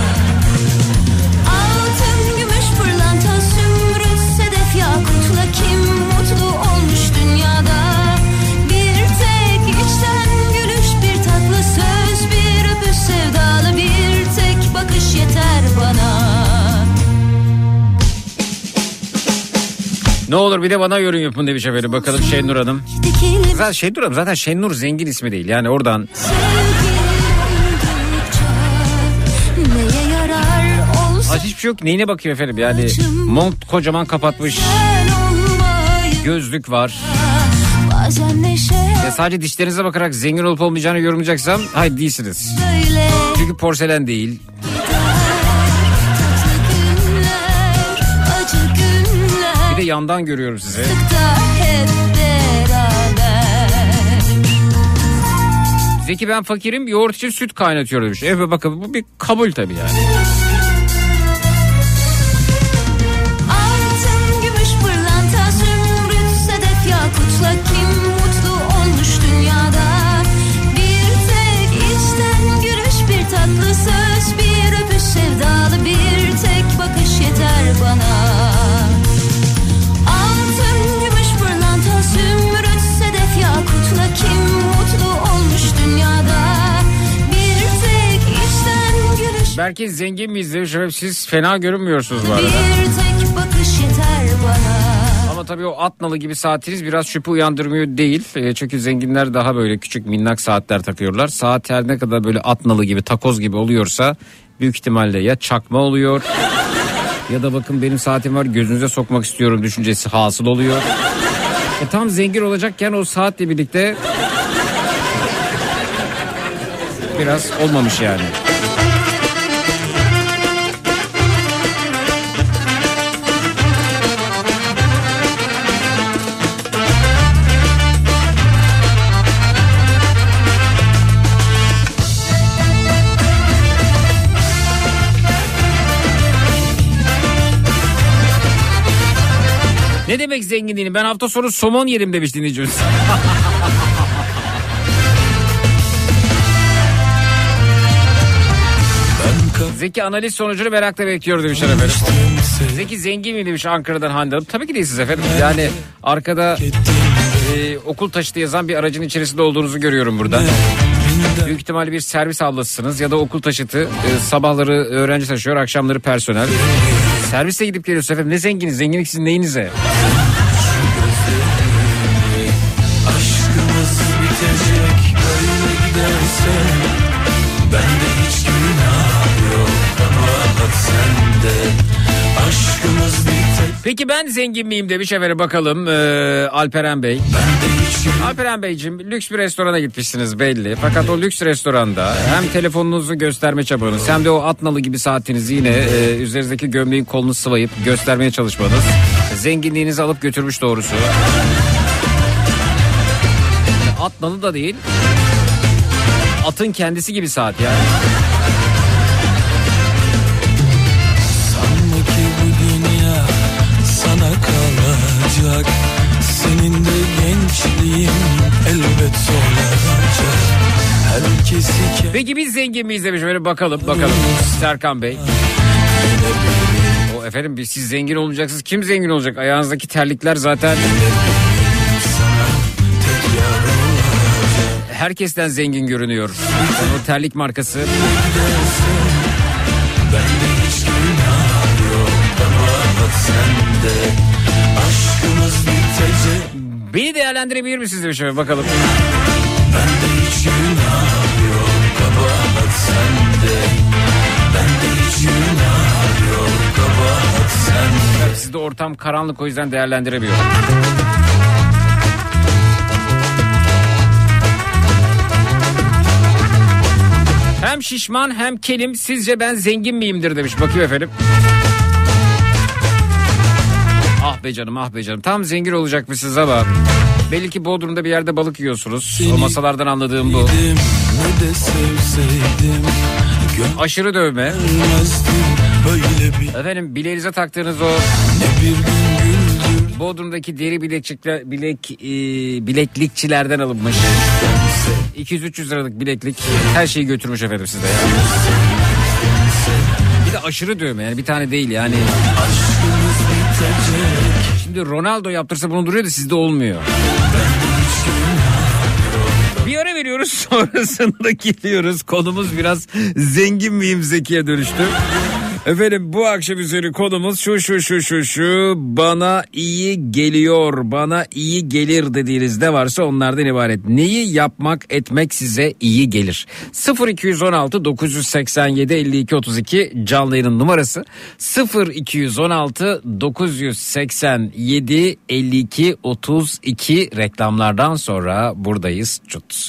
Altın, gümüş, pırlanta, zümrüt, sedef, yakutla kim mutlu olmuş dünyada. Bir tek içten gülüş, bir tatlı söz, bir öpüş, sevdalı bir tek bakış yeter bana. Ne olur bir de bana yorum yapın demiş efendim. Bakalım Şenur Hanım. Dikilim Zaten Şenur zengin ismi değil. Yani oradan neye yarar olsa hiçbir şey yok. Neyine bakıyor efendim? Yani mont kocaman kapatmış. sen olmayı Gözlük var. bazen neşe Sadece dişlerinize bakarak zengin olup olmayacağını yorumlayacaksam hayır değilsiniz. böyle Çünkü porselen değil. tatlı günler acı günler Bir de yandan görüyorum sizi. da hep beraber. Zeki ben fakirim yoğurt için süt kaynatıyor demiş. Evet bakın bu bir kabul tabii yani. Altın, gümüş, pırlanta, zümrüt, sedef, yakutla kim mutlu olmuş dünyada? Bir tek içten gülüş, bir tatlı söz, bir öpüş sevdalı, bir tek bakış yeter bana. Altın, gümüş, pırlanta, zümrüt, sedef, yakutla kim mutlu olmuş dünyada? Bir tek içten gülüş, Belki zengin miyiz demiş. Siz fena görünmüyorsunuz bu arada. bir tek bakış yeter bana. Ama tabii o at nalı gibi saatiniz biraz şüphe uyandırmıyor değil. Çünkü zenginler daha böyle küçük minnak saatler takıyorlar. Saat her ne kadar böyle at nalı gibi takoz gibi oluyorsa büyük ihtimalle ya çakma oluyor ya da bakın benim saatim var gözünüze sokmak istiyorum düşüncesi hasıl oluyor. Tam zengin olacakken o saatle birlikte biraz olmamış yani. Ne demek zenginliğini? Ben hafta sonu somon yedim demiş dinleyicimiz. Zeki analiz sonucunu merakla bekliyor demiş efendim. Zeki zengin mi demiş Ankara'dan Hande Hanım. Tabii ki değilsiniz efendim. Yani arkada okul taşıtı yazan bir aracın içerisinde olduğunuzu görüyorum burada. Büyük ihtimalle bir servis ablasısınız ya da okul taşıtı sabahları öğrenci taşıyor, akşamları personel. Servise gidip geliyorsunuz efendim. Ne zenginiz? Zenginlik sizin neyinize? Aşkımız bitecek böyle giderse. Bende hiç günah yok ama sende. Aşkımız bitecek. Peki ben zengin miyim demiş efendim bakalım Alperen Bey. Bende hiç günah. Alperen Beyciğim lüks bir restorana gitmişsiniz belli. Fakat o lüks restoranda hem telefonunuzu gösterme çabanız hem de o at nalı gibi saatinizi yine üzerinizdeki gömleğin kolunu sıvayıp göstermeye çalışmanız zenginliğinizi alıp götürmüş doğrusu. At nalı da değil. Atın kendisi gibi saat yani. Sanma ki bu dünya sana kalacak. Senin de gençliğin elbet solacak. Herkesi Peki biz zengin miyiz demiş böyle bakalım Serkan Bey. O efendim siz zengin olmayacaksınız. Kim zengin olacak? Ayağınızdaki terlikler zaten herkesten zengin görünüyor. Yani o terlik markası. bende hiç günah yok ama sende. Aşkımız bitecek. Beni değerlendirebilir misiniz demiş efendim bakalım. Bende hiç günah yok kabahat sende. Bende hiç günah yok kabahat sende. Sizde ortam karanlık o yüzden değerlendiremiyorum. Hem şişman hem kelim sizce ben zengin miyimdir demiş. Bakayım efendim. Ah be canım. Tam zengin olacakmışsınız ama belli ki Bodrum'da bir yerde balık yiyorsunuz. O masalardan anladığım bu. Ne de sevseydim Aşırı dövme. görmezdim böyle bir Efendim bileğinize taktığınız o ne bir gün güldür. Bodrum'daki deri bileklikçilerden alınmış. 200-300 liralık bileklik her şeyi götürmüş efendim size. Yani. Bir de aşırı dövme yani bir tane değil yani. Aşkımız bitecek. Şimdi Ronaldo yaptırsa bunu duruyor da sizde olmuyor. Bir ara veriyoruz sonrasında geliyoruz. Konumuz biraz zengin miyim Zeki'ye dönüştü. Efendim bu akşam üzeri konumuz şu bana iyi geliyor, bana iyi gelir dediğiniz ne varsa onlardan ibaret. Neyi yapmak etmek size iyi gelir? 0216 987 52 32 canlı yayının numarası, 0216 987 52 32. Reklamlardan sonra buradayız. Çut.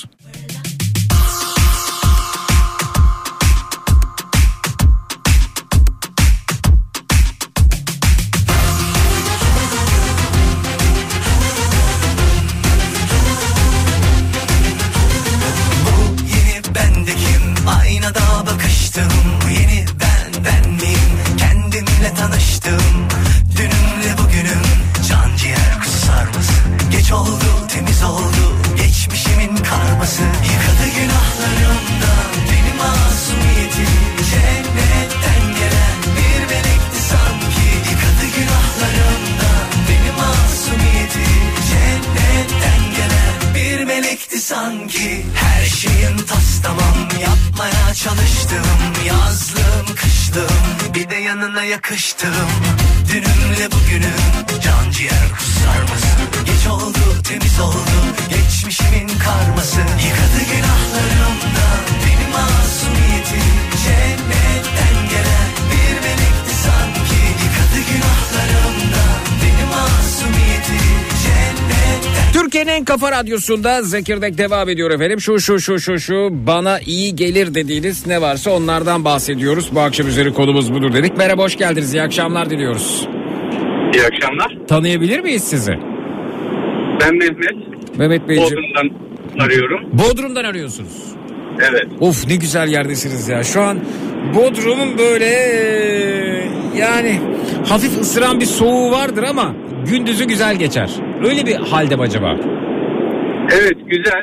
Aynada bakıştım, bu yeni ben miyim? Kendimle tanıştım, dünümle bugünüm. Can ciğer kusar mısın? Geç oldu, temiz oldu, geçmişimin karması. Yıkadı günahlarımdan beni masumiyetim. Cennetten gelen bir melekti sanki. Yıkadı günahlarımdan beni masumiyetim. Cennetten gelen bir melekti sanki. Her şeyin tas tamam, yapmaya çalıştım. Yazlım kışlım, bir de yanına yakıştım. Dünümle bugünüm, can ciğer kusar mısın? Geç oldu, temiz oldu, geçmişimin karması. Yıkadı günahlarımdan beni masumiyetim. Cennetten gelen bir melekti sanki. Yıkadı günahlarımdan beni masumiyetim. Cennetten. Türkiye'nin en kafa radyosunda Zekirdek devam ediyor efendim. Şu bana iyi gelir dediğiniz ne varsa onlardan bahsediyoruz. Bu akşam üzeri konumuz budur dedik. Merhaba, hoş geldiniz. İyi akşamlar diliyoruz. İyi akşamlar. Tanıyabilir miyiz sizi? Ben Mehmet. Mehmet Beyciğim. Bodrum'dan arıyorum. Bodrum'dan arıyorsunuz. Evet. Of, ne güzel yerdesiniz ya. Şu an Bodrum'un böyle yani hafif ısıran bir soğuğu vardır ama gündüzü güzel geçer. Öyle bir halde mi acaba? Evet, güzel.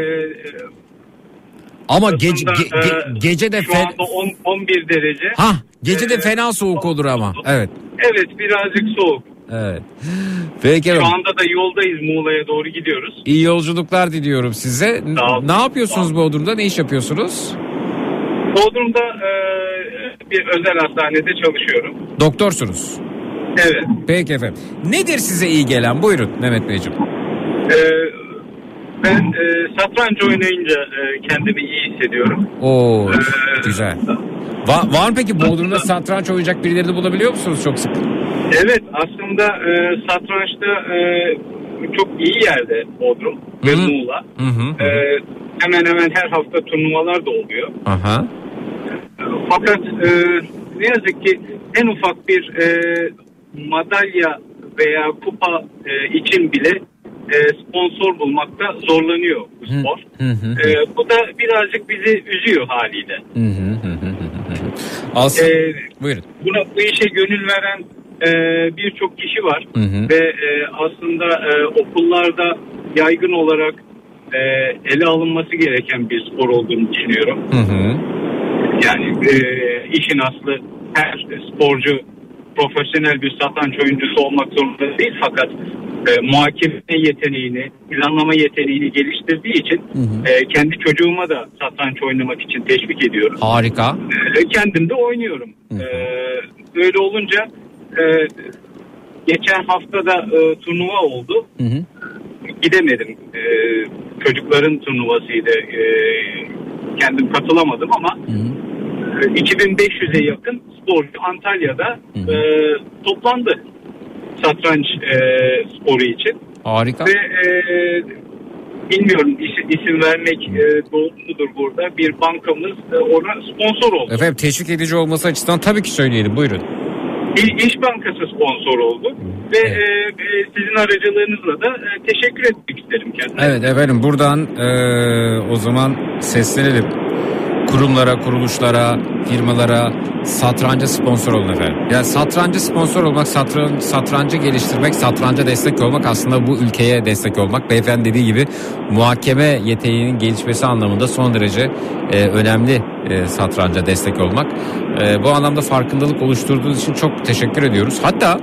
Ama aslında, gece de şu anda 11 derece. Gece de fena soğuk olur ama. Evet. Evet, birazcık soğuk. Evet. Peki. Şu anda da yoldayız, Muğla'ya doğru gidiyoruz. İyi yolculuklar diliyorum size. Ne yapıyorsunuz Bodrum'da? Ne iş yapıyorsunuz? Bodrum'da bir özel hastanede çalışıyorum. Doktorsunuz. Evet. Peki efendim. Nedir size iyi gelen? Buyurun Mehmet Beyciğim. Ben satranç oynayınca kendimi iyi hissediyorum. Oo, güzel. Var mı peki Bodrum'da satranç oynayacak birilerini bulabiliyor musunuz çok sık? Evet, aslında satrançta çok iyi yerde Bodrum ve Muğla. Hemen hemen her hafta turnuvalar da oluyor. Aha. Fakat ne yazık ki en ufak bir madalya veya kupa için bile sponsor bulmakta zorlanıyor bu spor. Bu da birazcık bizi üzüyor haliyle. Buyurun. Bu işe gönül veren birçok kişi var ve aslında okullarda yaygın olarak ele alınması gereken bir spor olduğunu düşünüyorum. Yani işin aslı her sporcu profesyonel bir satranç oyuncusu olmak zorunda değil, fakat muhakeme yeteneğini, planlama yeteneğini geliştirdiği için kendi çocuğuma da satranç oynamak için teşvik ediyorum. Harika. Kendim de oynuyorum. Böyle olunca geçen hafta da turnuva oldu. Gidemedim. Çocukların turnuvasıydı. Kendim katılamadım ama 2500'e yakın sporcu Antalya'da toplandı satranç sporu için. Harika. Ve bilmiyorum isim vermek doğru mudur burada, bir bankamız ona sponsor oldu. Efendim, teşvik edici olması açısından tabii ki söyleyelim, buyurun. İş Bankası sponsor oldu ve sizin aracılığınızla da teşekkür etmek isterim kendime. Evet efendim, buradan o zaman seslenelim. Kurumlara, kuruluşlara, firmalara satranca sponsor olun efendim. Yani satranca sponsor olmak, satrancı geliştirmek, satranca destek olmak, aslında bu ülkeye destek olmak. Beyefendi dediği gibi muhakeme yeteneğinin gelişmesi anlamında son derece önemli satranca destek olmak. Bu anlamda farkındalık oluşturduğunuz için çok teşekkür ediyoruz. Hatta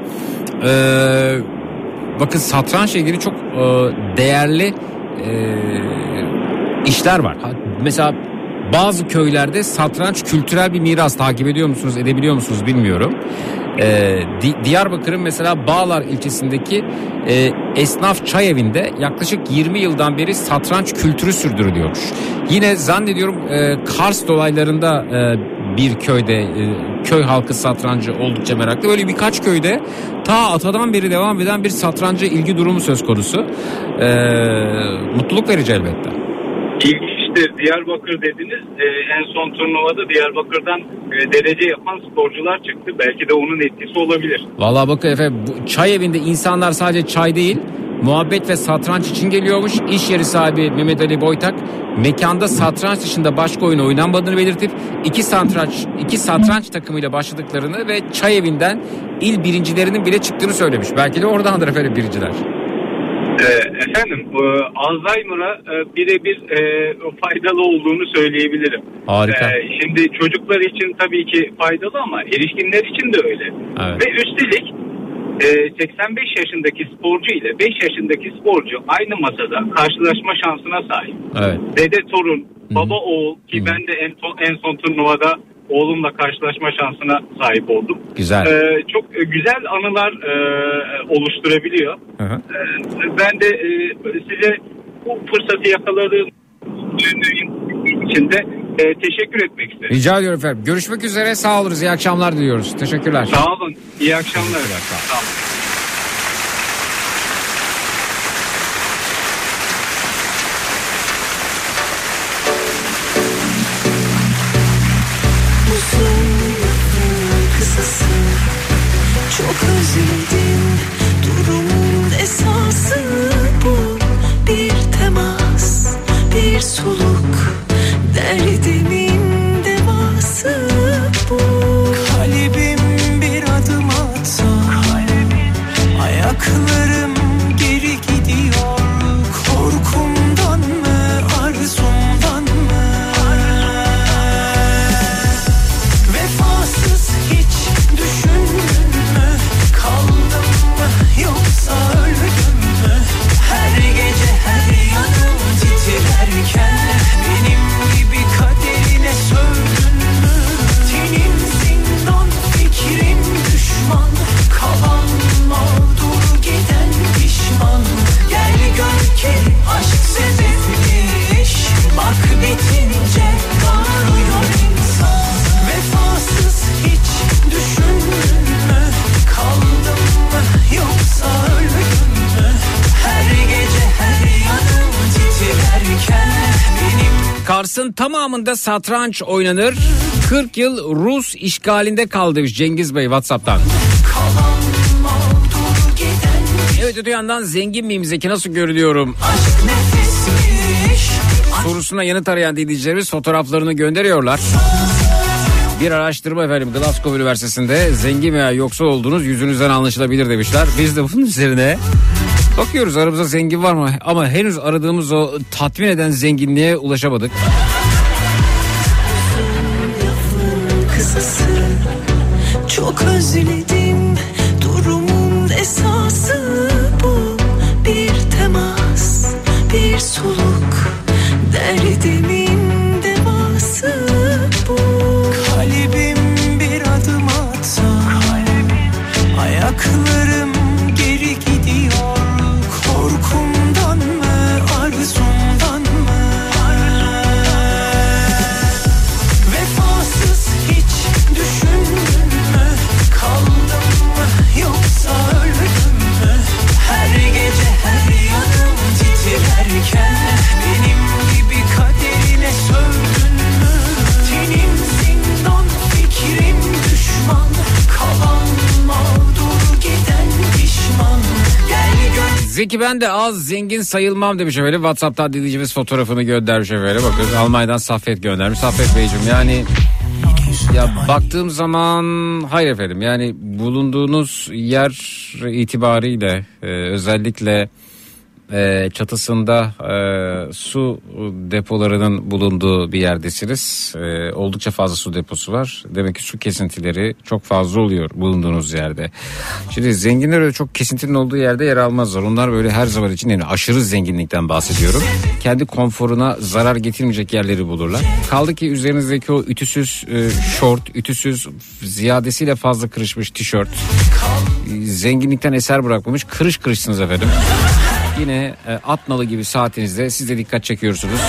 bakın, satrançla ilgili çok değerli işler var. Mesela bazı köylerde satranç kültürel bir miras. Takip ediyor musunuz, edebiliyor musunuz bilmiyorum. Diyarbakır'ın mesela Bağlar ilçesindeki esnaf çay evinde yaklaşık 20 yıldan beri satranç kültürü sürdürülüyormuş. Yine zannediyorum Kars dolaylarında bir köyde köy halkı satrancı oldukça meraklı. Böyle birkaç köyde ta atadan beri devam eden bir satranca ilgi durumu söz konusu. Mutluluk verici elbette. İlginçtir. Diyarbakır dediniz. En son turnuvada Diyarbakır'dan derece yapan sporcular çıktı. Belki de onun etkisi olabilir. Vallahi bakın efendim, bu çay evinde insanlar sadece çay değil, muhabbet ve satranç için geliyormuş. İş yeri sahibi Mehmet Ali Boytak mekanda satranç dışında başka oyun oynanmadığını belirtip iki satranç takımıyla başladıklarını ve çay evinden il birincilerinin bile çıktığını söylemiş. Belki de oradandır efendim birinciler. Efendim Alzheimer'a birebir faydalı olduğunu söyleyebilirim. Harika. Şimdi çocuklar için tabii ki faydalı ama erişkinler için de öyle. Evet. Ve üstelik 85 yaşındaki sporcu ile 5 yaşındaki sporcu aynı masada karşılaşma şansına sahip. Evet. Dede torun, baba oğul ki ben de en son turnuvada oğlumla karşılaşma şansına sahip oldum. Güzel. Çok güzel anılar oluşturabiliyor. Ben de size bu fırsatı yakaladığım için de teşekkür etmek isterim. Rica ediyorum efendim. Görüşmek üzere. Sağ oluruz. İyi akşamlar diliyoruz. Teşekkürler. Sağ olun. İyi akşamlar. Sağ olun. Çok özledim, durumun esası bu. Bir temas, bir soluk, derdimin devası bu. Kalbim bir adım atsa, ayaklarım geri gidiyor. Korkumdan mı, arzumdan mı? Vefasız hiç düşündün mü? Kaldım mı yoksa öldüm mü? Her gece her yanım titrerken benim gibi kaderine sövdün mü? Tenim zindan, fikrim düşman, kalan mağdur giden pişman. Gel gör ki aşk sebepmiş, bak bitince bağırıyor insan. Vefasız hiç düşündün mü? Kaldım mı yoksa öldüm mü? Her gece her yanım titrerken benim. Kars'ın tamamında satranç oynanır. 40 yıl Rus işgalinde kaldı demiş Cengiz Bey WhatsApp'tan. Kalan mağdur giden Evet, öte yandan zengin miyim Zeki, nasıl görünüyorum aşk nefesmiş. sorusuna yanıt arayan dinleyicilerimiz fotoğraflarını gönderiyorlar. Bir araştırma efendim Glasgow Üniversitesi'nde zengin veya yoksul olduğunuz yüzünüzden anlaşılabilir demişler. Biz de bunun üzerine bakıyoruz, aramızda zengin var mı? Ama henüz aradığımız o tatmin eden zenginliğe ulaşamadık. Kısası çok özledim, durumun esası bu. Bir temas, bir soluk, derdimin devası bu. Kalbim bir adım atsa, ayaklarım geri gidiyor. Korkumdan mı, arzumdan mı? Vefasız hiç düşündün mü? Kaldım mı yoksa öldüm mü? Her gece her yanım titrerken benim gibi kaderine sövdün mü? Tenim zindan, fikrim düşman, kalan mağdur giden pişman. Gel gör. Zeki ben de az zengin sayılmam demiş efendim. WhatsApp'tan dinleyicimiz fotoğrafını göndermiş efendim. Bakıyoruz Almanya'dan Saffet göndermiş. Saffet Beyciğim yani ya baktığım zaman hayır efendim, yani bulunduğunuz yer itibariyle özellikle çatısında su depolarının bulunduğu bir yerdesiniz. Oldukça fazla su deposu var. Demek ki su kesintileri çok fazla oluyor bulunduğunuz yerde. Şimdi zenginler öyle çok kesintinin olduğu yerde yer almazlar. Onlar böyle her zaman için, yani aşırı zenginlikten bahsediyorum, kendi konforuna zarar getirmeyecek yerleri bulurlar. Kaldı ki üzerinizdeki o ütüsüz şort, ütüsüz ziyadesiyle fazla kırışmış tişört, zenginlikten eser bırakmamış, kırış kırışsınız efendim. Yine at nalı gibi saatinizde siz de dikkat çekiyorsunuz.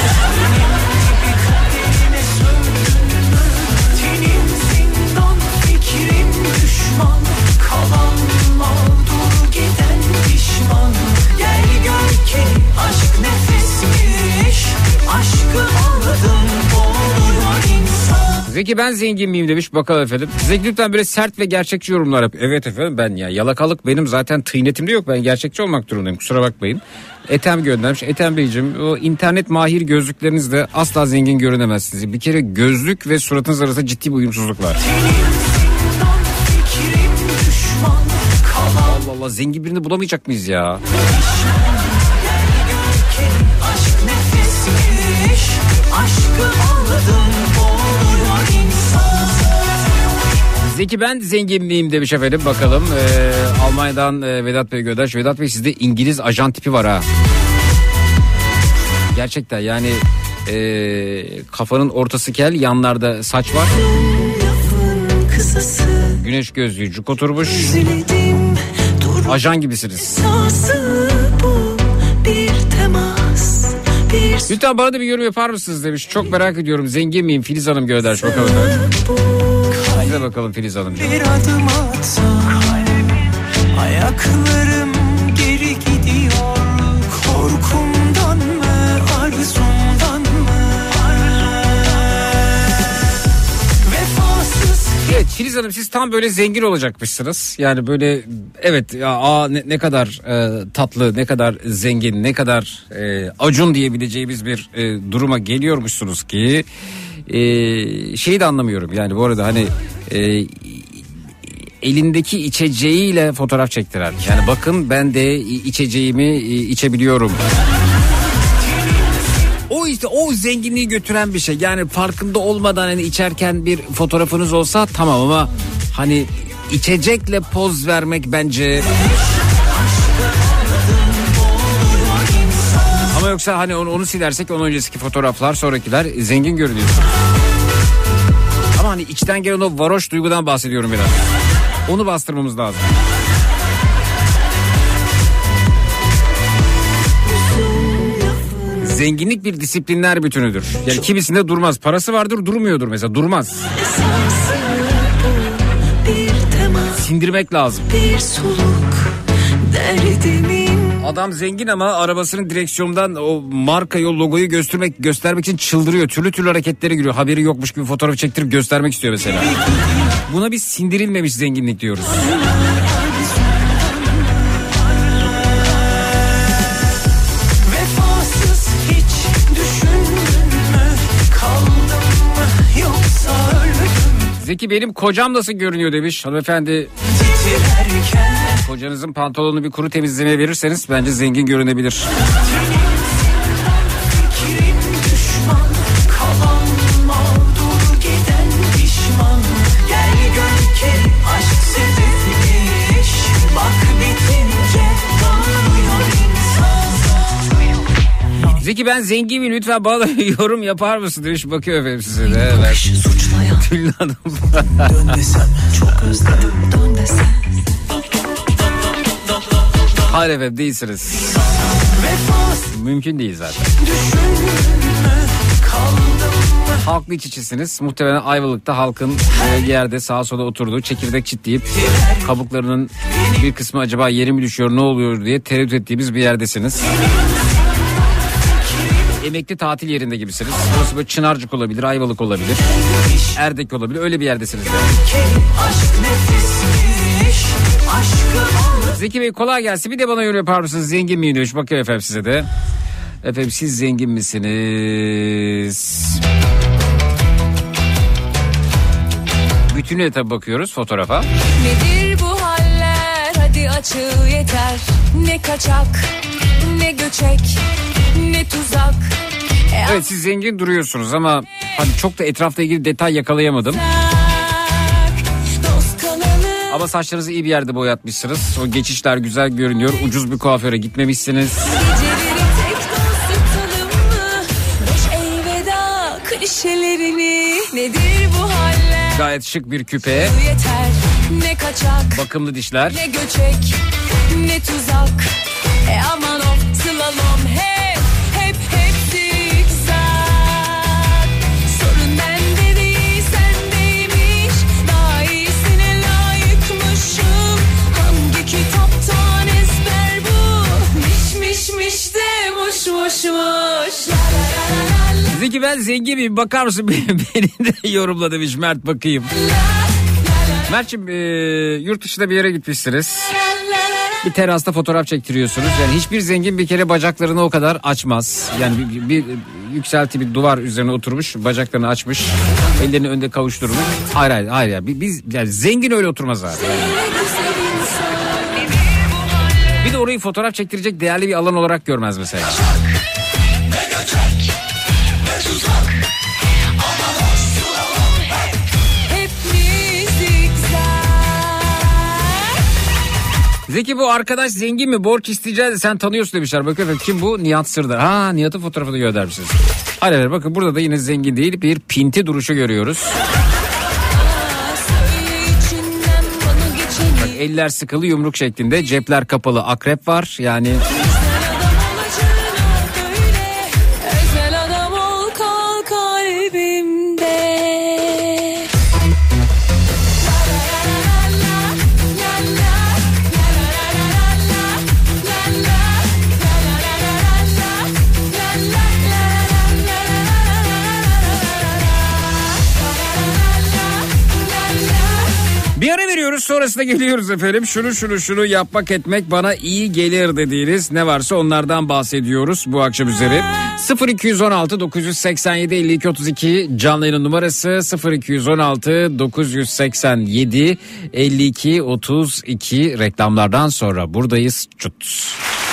Zeki ben zengin miyim demiş, bakalım efendim. Zeki lütfen böyle sert ve gerçekçi yorumlar yap. Evet efendim, ben ya yalakalık benim zaten tıynetimde yok, ben gerçekçi olmak durumundayım, kusura bakmayın. Ethem göndermiş. Ethem Beyciğim, o internet mahir gözlüklerinizle asla zengin görünemezsiniz. Bir kere gözlük ve suratınız arasında ciddi bir uyumsuzluk var. Allah Allah, zengin birini bulamayacak mıyız ya? Zeki ben zengin miyim demiş efendim, bakalım. Almanya'dan Vedat Bey göndermiş. Vedat Bey, sizde İngiliz ajan tipi var ha. Gerçekten yani kafanın ortası kel, yanlarda saç var. Güneş gözlüğü cuk oturmuş. Ajan gibisiniz. Lütfen bana da bir yorum yapar mısınız demiş. Çok merak ediyorum, zengin miyim? Filiz Hanım göndermiş, bakalım. Hadi bakalım Filiz Hanım. Bir adım atsam ayaklarım geri gidiyor. Korkumdan mı, arzumdan mı? Vefasız. Evet Filiz Hanım, siz tam böyle zengin olacakmışsınız. Yani böyle evet ya, ne kadar tatlı, ne kadar zengin, ne kadar Acun diyebileceğimiz bir duruma geliyormuşsunuz ki şeyi de anlamıyorum. Yani bu arada hani elindeki içeceğiyle fotoğraf çektiren. Yani bakın ben de içeceğimi içebiliyorum. O işte o zenginliği götüren bir şey. Yani farkında olmadan hani içerken bir fotoğrafınız olsa tamam, ama hani içecekle poz vermek bence. Ama yoksa hani onu silersek onun öncesiki fotoğraflar, sonrakiler zengin görünüyor. Ama hani içten gelen o varoş duygudan bahsediyorum biraz. Onu bastırmamız lazım. Zenginlik bir disiplinler bütünüdür. Yani kimisinde durmaz. Parası vardır, durmuyordur mesela, durmaz. Sindirmek lazım. Bir soluk derdimin. Adam zengin ama arabasının direksiyonundan o markayı, o logoyu göstermek için çıldırıyor. Türlü türlü hareketlere giriyor. Haberi yokmuş gibi fotoğrafı çektirip göstermek istiyor mesela. Buna biz sindirilmemiş zenginlik diyoruz. Vefasız hiç düşündün mü? Kaldım mı yoksa öldüm? Zeki benim kocam nasıl görünüyor demiş hanımefendi. Titrerken Kocanızın pantolonunu bir kuru temizlemeye verirseniz bence zengin görünebilir. fikrim düşman, kalan mağdur giden pişman. Gel gör ki aşk sebepmiş, bak bitince dağılıyor insan. Zeki ben zengin miyim, lütfen bana yorum yapar mısın demiş, bakıyor efendim size de. Evet. Suçlayan Tüllü Hanım. dön desem çok özledim, dön desem. Hayır efendim, değilsiniz. Mümkün değil zaten. Halkla iç içesiniz. Muhtemelen Ayvalık'ta halkın yerde sağa sola oturduğu, çekirdek çitleyip kabuklarının bir kısmı acaba yeri mi düşüyor, ne oluyor diye tereddüt ettiğimiz bir yerdesiniz. Emekli tatil yerinde gibisiniz. Burası böyle Çınarcık olabilir, Ayvalık olabilir, Erdek olabilir, öyle bir yerdesiniz yani. Zeki Bey kolay gelsin. Bir de bana yorum yapar mısınız? Zengin miyim demiş. Bakıyor efendim size de. Efendim siz zengin misiniz? Bütününe tabi bakıyoruz fotoğrafa. Nedir bu haller, hadi açığı yeter. Ne kaçak ne göçek ne tuzak. Evet, siz zengin duruyorsunuz ama hani çok da etrafla ilgili detay yakalayamadım. Ama saçlarınızı iyi bir yerde boyatmışsınız. O geçişler güzel görünüyor. Ucuz bir kuaföre gitmemişsiniz. Nedir bu haller? Gayet şık bir küpe. Yeter, ne kaçak, bakımlı dişler. ne göçek, ne tuzak. Aman o slalom hep zikzak. Sorun bende değil sendeymiş. Daha iyisine layıkmışım. Hangi kitaptan ezber bu? Miş de muş. Zeki ben zengin miyim? Bakar mısın? Beni de yorumla demiş Mert, bakayım. Mert'ciğim yurt dışında bir yere gitmişsiniz. Bir terasta fotoğraf çektiriyorsunuz. Yani hiçbir zengin bir kere bacaklarını o kadar açmaz. Yani bir yükselti bir duvar üzerine oturmuş, bacaklarını açmış, ellerini önde kavuşturmuş. Hayır ya. Biz yani zengin öyle oturmaz abi. Yani. Bir de orayı fotoğraf çektirecek değerli bir alan olarak görmez mesela. Zeki bu arkadaş zengin mi? Borç isteyeceğiz. Sen tanıyorsun demişler. Bakın efendim, kim bu? Nihat Sırdar. Ha, Nihat'ın fotoğrafını göndermişsiniz. Hayır bakın burada da yine zengin değil, bir pinti duruşu görüyoruz. Bak, eller sıkılı yumruk şeklinde, cepler kapalı, akrep var yani. Bir ara veriyoruz, sonrasında geliyoruz efendim. Şunu yapmak etmek bana iyi gelir dediğiniz ne varsa onlardan bahsediyoruz bu akşam üzeri. 0216 987 52 32 canlı yayın numarası, 0216 987 52 32. Reklamlardan sonra buradayız. Çut.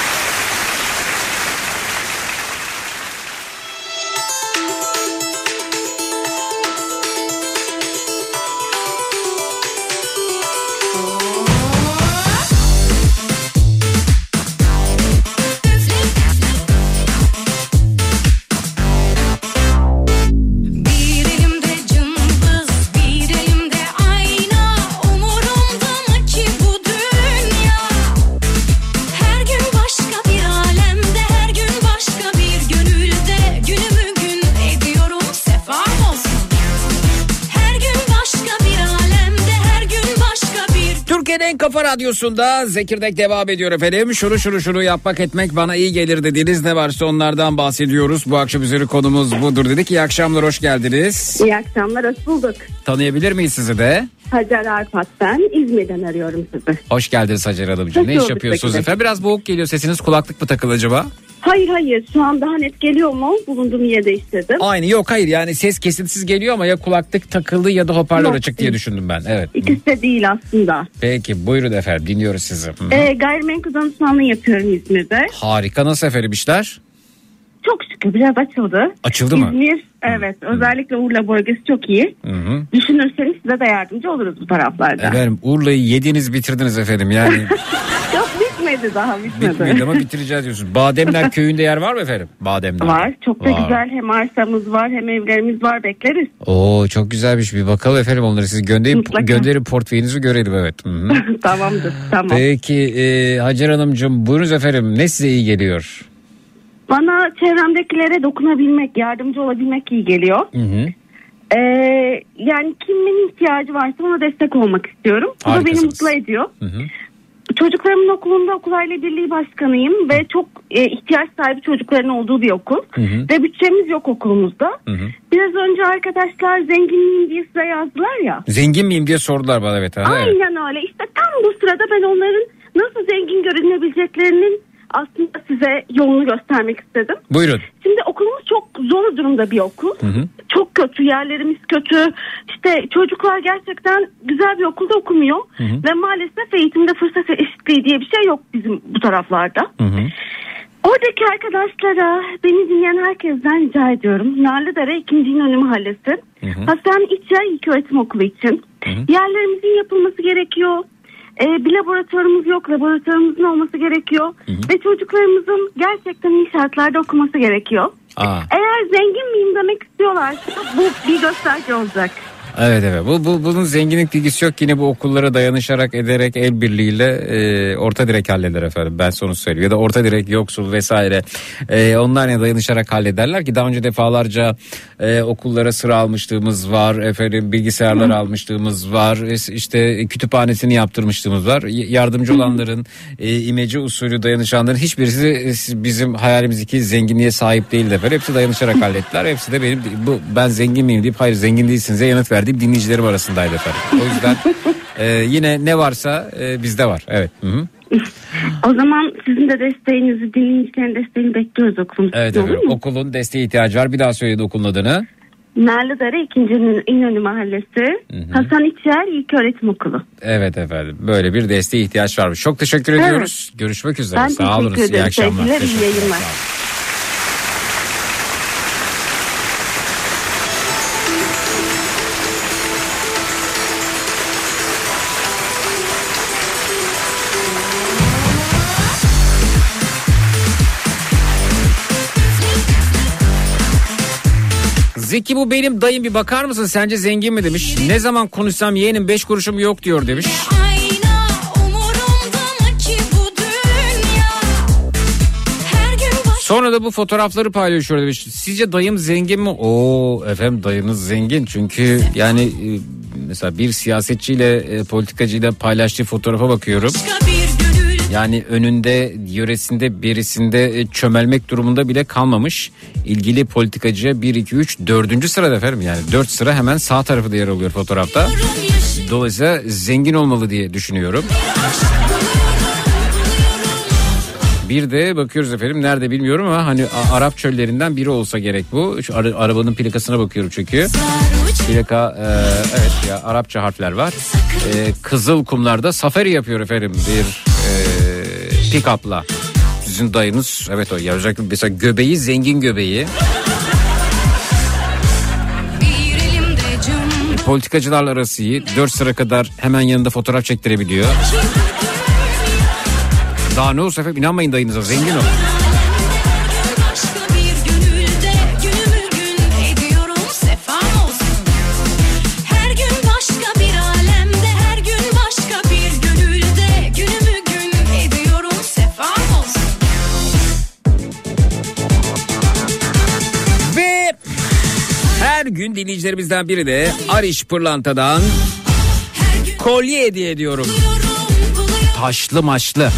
Kafa Radyosu'nda Zekirdek devam ediyor efendim. Şunu yapmak etmek bana iyi gelir dediğiniz ne varsa onlardan bahsediyoruz. Bu akşam üzeri konumuz budur dedik. İyi akşamlar, hoş geldiniz. İyi akşamlar, hoş bulduk. Tanıyabilir miyiz sizi de? Hacer Arpat ben. İzmir'den arıyorum sizi. Hoş geldiniz Hacer Hanımcığım. Ne iş yapıyorsunuz efendim? Biraz boğuk geliyor sesiniz. Kulaklık mı takılı acaba? Hayır. Şu an daha net geliyor mu? Bulunduğum yeri değiştirdim. Aynı, yok hayır, yani ses kesintisiz geliyor ama ya kulaklık takılı ya da hoparlör açık diye düşündüm ben. Evet. İkisi de değil aslında. Peki buyurun efendim, dinliyoruz sizi. Gayrimenkul danışmanlığı yapıyorum İzmir'de. Harika, nasıl efendim işler? Çok şükür biraz açıldı. Açıldı mı? İzmir evet, özellikle Urla bölgesi çok iyi. Düşünürseniz size de yardımcı oluruz bu taraflarda. Efendim Urla'yı yediniz bitirdiniz efendim yani. Yok, bitmedi daha. Bitmedi ama bitireceğiz diyorsunuz. Bademler köyünde yer var mı efendim? Bademler. Var, çok da güzel, hem arsamız var hem evlerimiz var, bekleriz. Oo, çok güzelmiş, bir bakalım efendim onları, siz gönderin portföyünüzü görelim, evet. Tamamdır, tamam. Peki Hacer Hanımcığım, buyurunuz efendim, ne size iyi geliyor? Bana çevremdekilere dokunabilmek, yardımcı olabilmek iyi geliyor. Yani kimin ihtiyacı varsa ona destek olmak istiyorum. Bu da beni mutlu ediyor. Çocuklarımın okulunda okul aile birliği başkanıyım ve çok ihtiyaç sahibi çocukların olduğu bir okul. Ve bütçemiz yok okulumuzda. Biraz önce arkadaşlar zengin miyim diye size yazdılar ya. Zengin miyim diye sordular bana, evet. Aynen öyle. İşte tam bu sırada ben onların nasıl zengin görünebileceklerinin aslında size yolunu göstermek istedim. Buyurun. Şimdi okulumuz çok zor durumda bir okul. Çok kötü, yerlerimiz kötü. İşte çocuklar gerçekten güzel bir okulda okumuyor. Ve maalesef eğitimde fırsat eşitliği diye bir şey yok bizim bu taraflarda. Oradaki arkadaşlara, beni dinleyen herkesten rica ediyorum. Narlıdere 2. İnönü Mahallesi. Hasan İçer İlköğretim Okulu için. Yerlerimizin yapılması gerekiyor. Bir laboratuvarımız yok. Laboratuvarımızın olması gerekiyor. Ve çocuklarımızın gerçekten iyi şartlarda okuması gerekiyor. Eğer zengin miyim demek istiyorlarsa bu bir gösterge olacak. Evet. Bunun zenginlik bilgisi yok. Yine bu okullara dayanışarak ederek el birliğiyle orta direk halleder efendim. Ben sonu söyleyeyim. Ya da orta direk yoksul vesaire. Onlar ne dayanışarak hallederler ki daha önce defalarca okullara sıra almışlığımız var. Efendim bilgisayarlar almışlığımız var. İşte kütüphanesini yaptırmışlığımız var. Yardımcı olanların imece usulü dayanışanların hiçbirisi bizim hayalimizdeki zenginliğe sahip değildi efendim. Hepsi dayanışarak hallettiler. Hepsi de ben zengin miyim deyip hayır zengin değilsinize yanıt verdiğim dinleyicilerim arasındaydı efendim. O yüzden yine ne varsa bizde var. Evet. Hı-hı. O zaman sizin de desteğinizi, dinleyicilerin desteğini bekliyoruz okulun. Evet efendim. Okulun desteğe ihtiyacı var. Bir daha söyledi okulun adını. Narlıdere 2. İnönü Mahallesi. Hasan İçer İlköğretim Okulu. Evet efendim. Böyle bir desteğe ihtiyaç varmış. Çok teşekkür ediyoruz. Görüşmek üzere. Ben sağ olun. İyi akşamlar. İyi yayınlar. Zeki bu benim dayım bir bakar mısın sence zengin mi demiş. Ne zaman konuşsam yeğenim 5 kuruşum yok diyor demiş. Sonra da bu fotoğrafları paylaşıyor demiş. Sizce dayım zengin mi? Oo efendim dayınız zengin çünkü yani mesela bir siyasetçiyle politikacıyla paylaştığı fotoğrafa bakıyorum. Yani önünde yöresinde birisinde çömelmek durumunda bile kalmamış. İlgili politikacıya 1, 2, 3, 4. sırada efendim yani 4 sıra hemen sağ tarafı da yer alıyor fotoğrafta. Dolayısıyla zengin olmalı diye düşünüyorum. Bir de bakıyoruz efendim nerede bilmiyorum ama hani Arap çöllerinden biri olsa gerek bu. Şu arabanın plakasına bakıyorum çünkü. Plaka evet ya Arapça harfler var. Kızıl Kumlar'da safari yapıyor efendim bir pick-up'la. Sizin dayınız evet o ya özellikle mesela göbeği zengin göbeği. Politikacılarla arası iyi. 4 sıra kadar hemen yanında fotoğraf çektirebiliyor. Daha ne olsa efendim inanmayın dayınıza zengin o. Ve her gün dinleyicilerimizden biri de Ariş Pırlanta'dan kolye hediye ediyorum. Taşlı maçlı.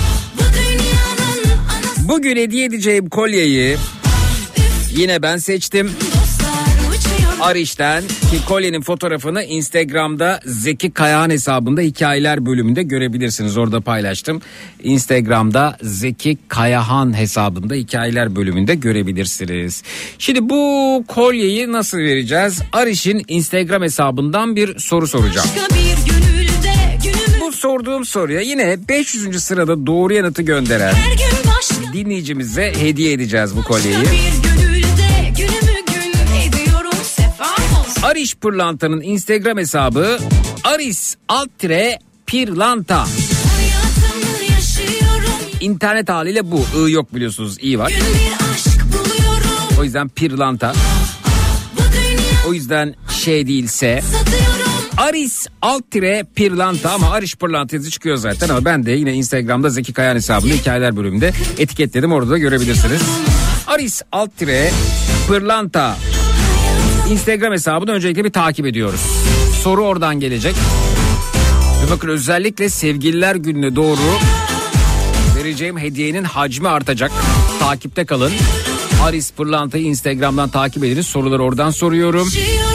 Bugün hediye edeceğim kolyeyi yine ben seçtim. Ariş'ten ki kolyenin fotoğrafını Instagram'da Zeki Kayahan hesabında hikayeler bölümünde görebilirsiniz. Orada paylaştım. Instagram'da Zeki Kayahan hesabında hikayeler bölümünde görebilirsiniz. Şimdi bu kolyeyi nasıl vereceğiz? Ariş'in Instagram hesabından bir soru soracağım. Bu sorduğum soruya yine 500. sırada doğru yanıtı gönderen dinleyicimize hediye edeceğiz bu kolyeyi. Ariş Pırlanta'nın Instagram hesabı aris_pirlanta. İnternet haliyle bu. I yok biliyorsunuz. İ var. O yüzden Pirlanta. O yüzden şey değilse Aris_Pirlanta ama Ariş Pırlanta yazı çıkıyor zaten ama ben de yine Instagram'da Zeki Kayan hesabında hikayeler bölümünde etiketledim. Orada da görebilirsiniz. Aris_Pirlanta Instagram hesabını öncelikle bir takip ediyoruz. Soru oradan gelecek. Ve bakın özellikle sevgililer gününe doğru vereceğim hediyenin hacmi artacak. Takipte kalın. Aris Pırlanta'yı Instagram'dan takip ediniz. Soruları oradan soruyorum.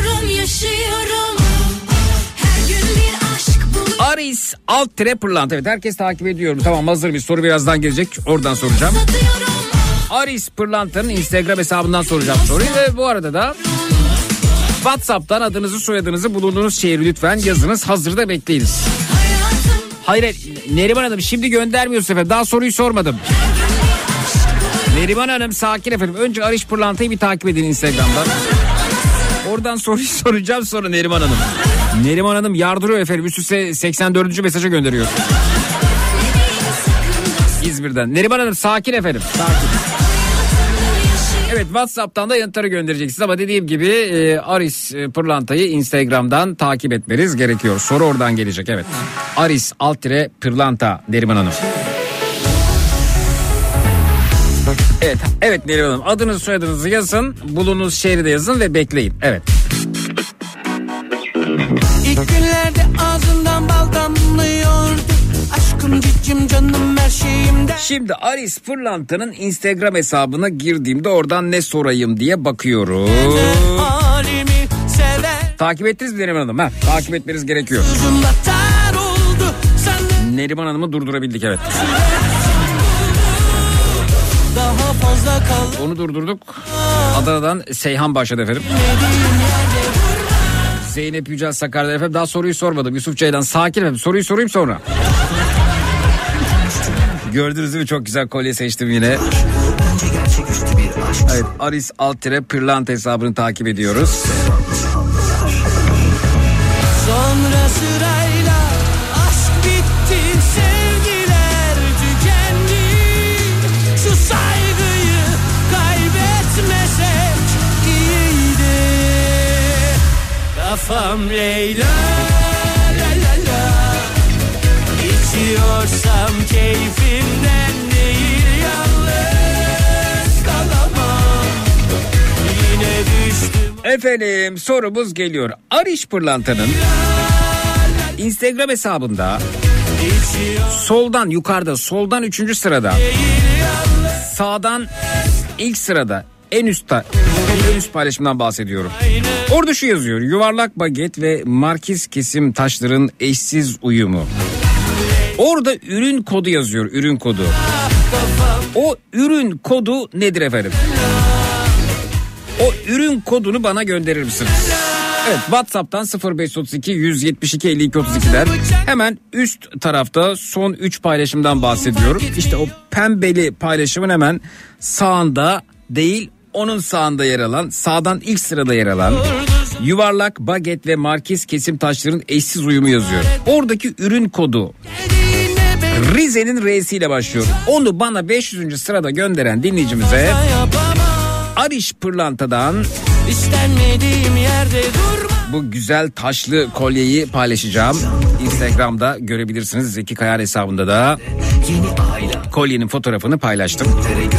Aris_Pırlanta. Evet herkes takip ediyor. Tamam hazır bir soru birazdan gelecek. Oradan soracağım. Aris Pırlanta'nın Instagram hesabından soracağım soruyu ve bu arada da WhatsApp'tan adınızı soyadınızı bulunduğunuz şehri lütfen yazınız. Hazırda bekleyiniz. Hayır Neriman Hanım şimdi göndermiyoruz efendim. Daha soruyu sormadım. Neriman Hanım sakin efendim. Önce Arış Pırlanta'yı bir takip edin Instagram'dan. Oradan soruyu soracağım sonra Neriman Hanım. Neriman Hanım yardırıyor efendim. Üst üste 84. mesaja gönderiyor. İzmir'den. Neriman Hanım sakin efendim. Sakin. Evet, WhatsApp'tan da yanıtları göndereceksiniz ama dediğim gibi Aris Pırlanta'yı Instagram'dan takip etmeniz gerekiyor. Soru oradan gelecek, evet. Aris _Pırlanta Neriman Hanım. Evet Neriman Hanım, adınızı soyadınızı yazın, bulunduğunuz şehri de yazın ve bekleyin. Evet. İlk günlerde ağzından bal damlıyordu. Aşkım cicim canım her şeyimden. Şimdi Aris Pırlanta'nın Instagram hesabına girdiğimde oradan ne sorayım diye bakıyorum. Takip ettiniz mi Neriman Hanım? Takip etmeniz gerekiyor. Neriman Hanım'ı durdurabildik, evet. Onu durdurduk. Adana'dan Seyhan başladı efendim. Zeynep Yücel Sakarya'da efendim. Daha soruyu sormadım. Yusuf Ceylan sakin efendim. Soruyu sorayım sonra. Gördünüz değil mi? Çok güzel kolye seçtim yine. Evet, Aris _Pırlanta hesabını takip ediyoruz. Sonra sırayla aşk bitti, sevgiler tükendi. Şu saygıyı kaybetmesek iyiydi. Kafam Leyla la la la. İçiyorsam keyfimden değil, yalnız kalamam. Yine düştüm. Efendim sorumuz geliyor. Aris Pırlanta'nın Instagram hesabında soldan, yukarıda soldan 3. sırada, sağdan ilk sırada, en üst paylaşımdan bahsediyorum. Orada şu yazıyor: yuvarlak baget ve markiz kesim taşların eşsiz uyumu. Orada ürün kodu yazıyor, ürün kodu. O ürün kodu nedir efendim? O ürün kodunu bana gönderir misiniz? Evet, WhatsApp'tan 0532 172 52 32'den hemen üst tarafta son 3 paylaşımdan bahsediyorum. İşte o pembeli paylaşımın hemen sağında değil, onun sağında yer alan, sağdan ilk sırada yer alan yuvarlak baget ve markiz kesim taşların eşsiz uyumu yazıyor. Oradaki ürün kodu Rize'nin R'siyle başlıyor. Onu bana 500. sırada gönderen dinleyicimize Aris Pırlanta'dan bu güzel taşlı kolyeyi paylaşacağım. Instagram'da görebilirsiniz. Zeki Kayar hesabında da kolyenin fotoğrafını paylaştım.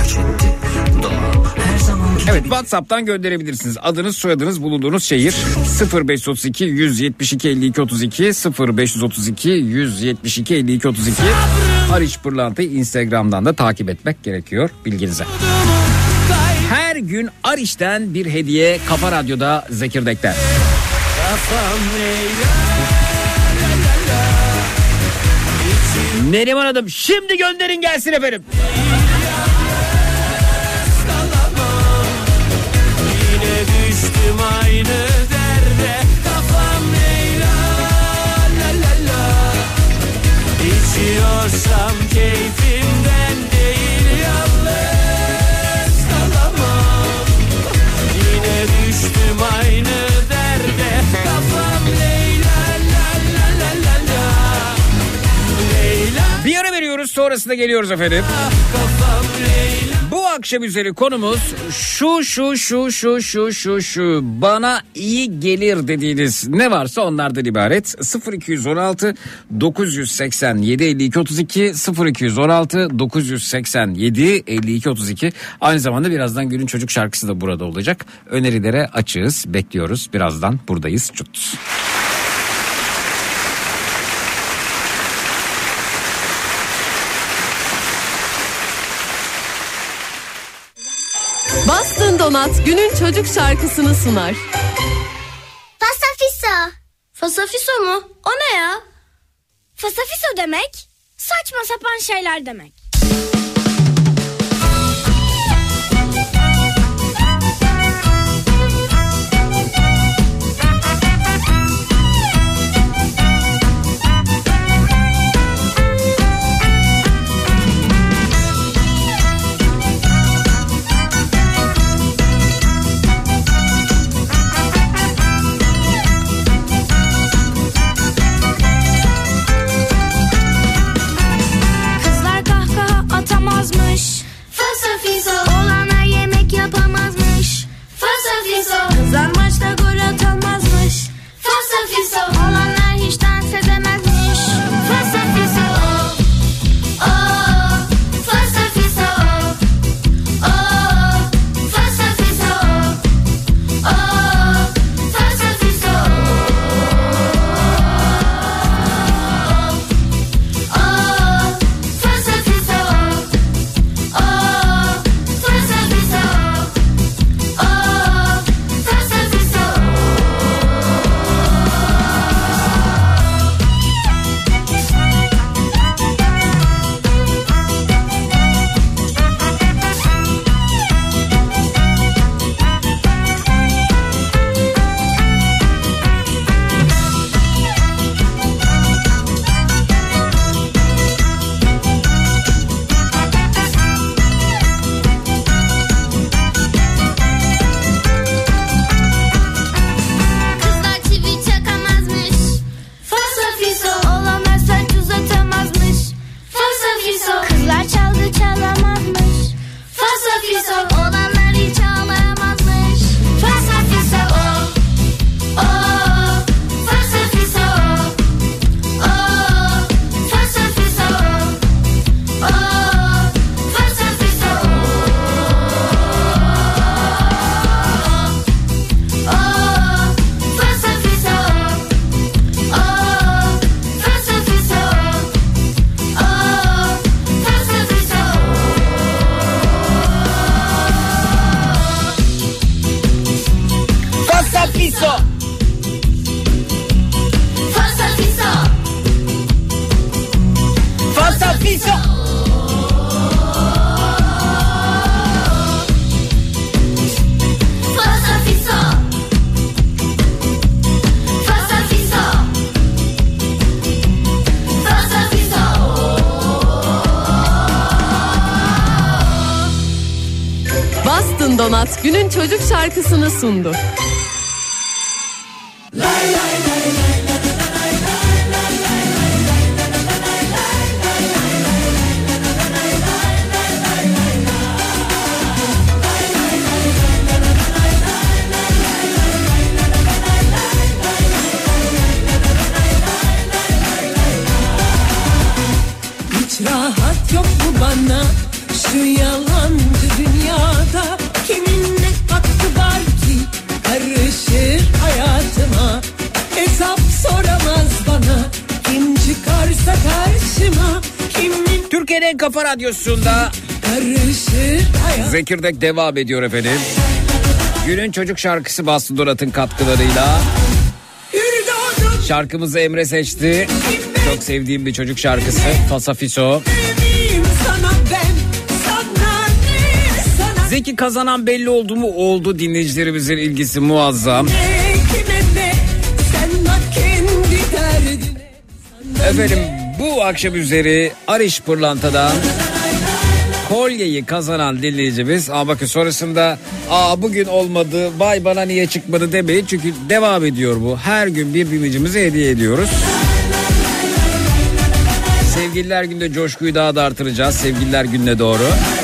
Evet, WhatsApp'tan gönderebilirsiniz. Adınız, soyadınız, bulunduğunuz şehir 0532 172 52 32 0532 172 52 32. Aris Pırlanta'yı Instagram'dan da takip etmek gerekiyor, bilginize. Her gün Aris'ten bir hediye Kafa Radyo'da Zekirdek'ten. Neriman Hanım şimdi gönderin gelsin efendim. Yine düştüm aynı derde, kafam Leyla la la la. İçiyorsam keyfimden değil, yalnız kalamam. Yine düştüm aynı derde, kafam Leyla la la la la la. Leyla. Bir ara veriyoruz, sonrasında geliyoruz efendim. Kafam Leyla. Bu akşam üzeri konumuz şu bana iyi gelir dediğiniz ne varsa onlardan ibaret. 0216 987 52 32 0216 987 52 32. Aynı zamanda birazdan günün çocuk şarkısı da burada olacak. Önerilere açığız, bekliyoruz. Birazdan buradayız. Çut. Bastın Donat günün çocuk şarkısını sunar. Fasafiso. Fasafiso mu? O ne ya? Fasafiso demek saçma sapan şeyler demek. Fırın Donat günün çocuk şarkısını sundu. Hiç rahat yok mu bana şu yalancı dünyada? Kimin ne hakkı var ki karışır hayatıma? Hesap soramaz bana kim çıkarsa karşıma. Kimin Türkiye'nin en kafa radyosunda karışır hayat. Zekirdek devam ediyor efendim. Günün çocuk şarkısı Bastı Donat'ın katkılarıyla. Şarkımızı Emre seçti. Çok sevdiğim bir çocuk şarkısı. Fasafiso. Zeki kazanan belli oldu mu? Oldu. Dinleyicilerimizin ilgisi muazzam. Efendim bu akşam üzeri Ariş Pırlanta'dan kolyeyi kazanan dinleyicimiz. Bakın sonrasında bugün olmadı, vay bana niye çıkmadı demeyin. Çünkü devam ediyor bu. Her gün bir dinleyicimize hediye ediyoruz. Sevgililer Günü'nde coşkuyu daha da artıracağız. Sevgililer Günü'ne doğru.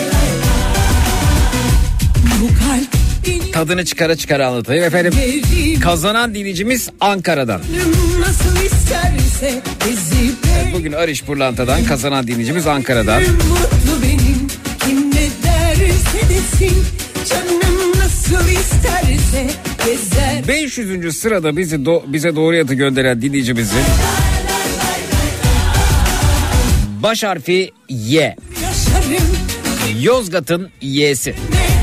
Tadını çıkara çıkara anlatayım efendim. Kazanan dinleyicimiz Ankara'dan. Evet, bugün Ariş Pırlanta'dan kazanan dinleyicimiz Ankara'dan. 500. sırada bize doğru yatı gönderen dinleyicimizin baş harfi Y. Yozgat'ın Y'si.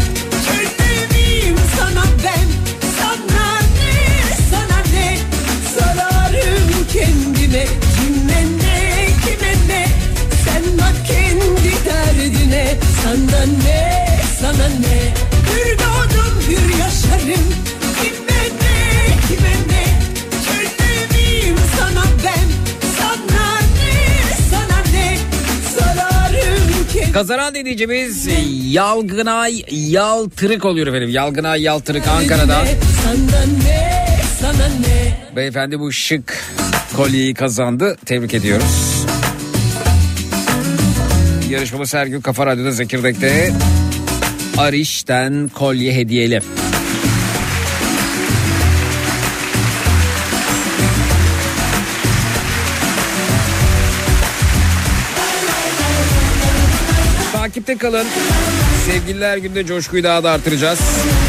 Kendime kime ne sen bak kendi derdine, sana ne hür doğdum hür yaşarım, kime ne çözemeyim sana ben, sana ne sorarım kendime. Kazanan dinleyicimiz Yalgınay Yaltırık oluyor efendim. Yalgınay Yaltırık Ankara'dan. Sana ne. Beyefendi bu şık kolyeyi kazandı. Tebrik ediyoruz. Yarışmamız her gün Kafa Radyo'da Zekirdek'te. Ariş'ten kolye hediyeli. Takipte kalın. Sevgililer Günü'nde coşkuyu daha da artıracağız.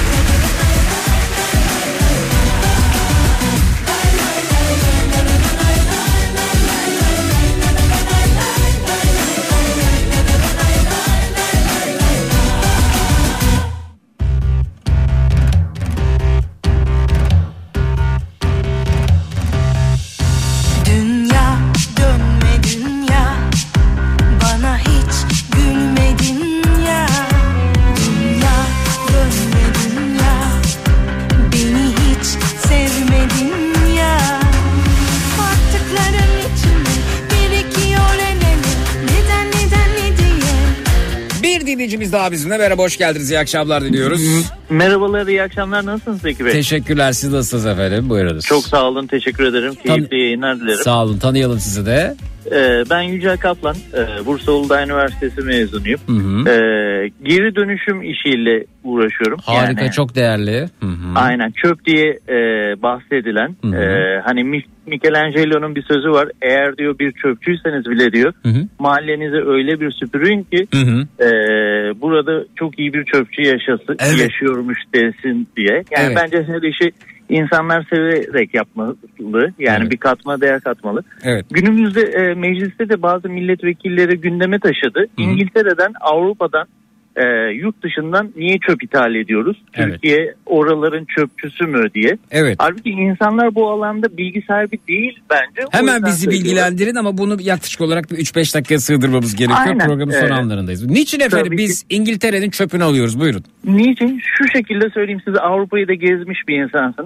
Dinleyicimiz daha bizimle. Merhaba, hoş geldiniz. İyi akşamlar diliyoruz. Merhabalar, iyi akşamlar. Nasılsınız Zeki Bey? Teşekkürler. Siz nasılsınız efendim? Buyurunuz. Çok sağ olun. Teşekkür ederim. Keyifli yayınlar dilerim. Sağ olun. Tanıyalım sizi de. Ben Yücel Kaplan. Bursa Uludağ Üniversitesi mezunuyum. Geri dönüşüm işiyle uğraşıyorum. Harika, yani, çok değerli. Aynen. Çöp diye bahsedilen. Hani Michelangelo'nun bir sözü var. Eğer diyor bir çöpçüyseniz bile diyor mahallenize öyle bir süpürün ki burada çok iyi bir çöpçü yaşıyormuş desin diye. Yani bence her işi insanlar severek yapmalı. Yani bir katma değer katmalı. Günümüzde mecliste de bazı milletvekilleri gündeme taşıdı. İngiltere'den, Avrupa'dan, yurt dışından niye çöp ithal ediyoruz? Türkiye oraların çöpçüsü mü diye. Halbuki insanlar bu alanda bilgi sahibi değil bence. Hemen bizi bilgilendirin ama bunu yaklaşık olarak bir 3-5 dakikaya sığdırmamız gerekiyor. Aynen. Programın son anlarındayız. Niçin efendim biz İngiltere'nin çöpünü alıyoruz? Buyurun. Niçin? Şu şekilde söyleyeyim size, Avrupa'yı da gezmiş bir insansınız.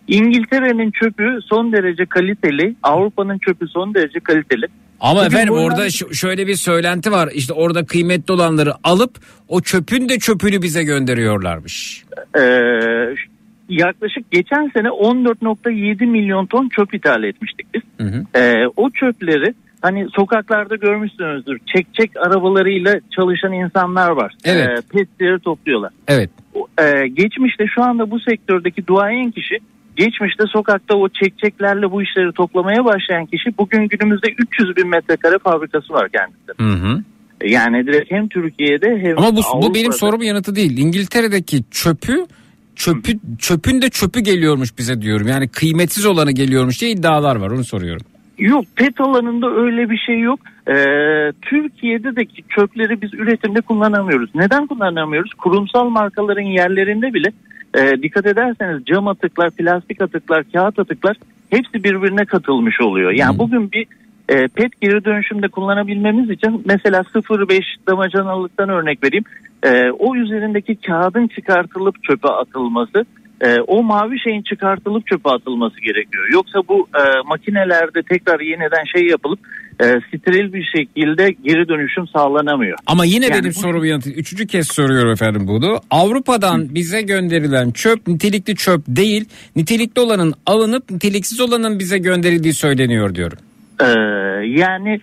İngiltere'nin çöpü son derece kaliteli, Avrupa'nın çöpü son derece kaliteli. Ama Bugün efendim bunlar... orada şöyle bir söylenti var. İşte orada kıymetli olanları alıp o çöpün de çöpünü bize gönderiyorlarmış. Yaklaşık geçen sene 14.7 milyon ton çöp ithal etmiştik biz. O çöpleri hani sokaklarda görmüşsünüzdür. Çek arabalarıyla çalışan insanlar var. Evet. Petleri topluyorlar. Evet. Geçmişte şu anda bu sektördeki duayen kişi, geçmişte sokakta o çekçeklerle bu işleri toplamaya başlayan kişi, bugün günümüzde 300 bin metrekare fabrikası var kendisinde. Yani direkt hem Türkiye'de hem ama bu Avrupa'da. Benim sorumun yanıtı değil. İngiltere'deki çöpün de çöpü geliyormuş bize diyorum. Yani kıymetsiz olanı geliyormuş diye iddialar var, onu soruyorum. Yok, pet alanında öyle bir şey yok. Türkiye'deki çöpleri biz üretimde kullanamıyoruz. Neden kullanamıyoruz? Kurumsal markaların yerlerinde bile dikkat ederseniz cam atıklar, plastik atıklar, kağıt atıklar hepsi birbirine katılmış oluyor. Yani bugün bir pet geri dönüşümde kullanabilmemiz için mesela 0.5 damacanalıktan örnek vereyim. O üzerindeki kağıdın çıkartılıp çöpe atılması, o mavi şeyin çıkartılıp çöpe atılması gerekiyor. Yoksa bu makinelerde tekrar yeniden şey yapılıp steril bir şekilde geri dönüşüm sağlanamıyor. Ama yine yani benim sorum yanıtı. 3. kez soruyorum efendim bunu. Avrupa'dan bize gönderilen çöp nitelikli çöp değil, nitelikli olanın alınıp niteliksiz olanın bize gönderildiği söyleniyor diyorum. Yani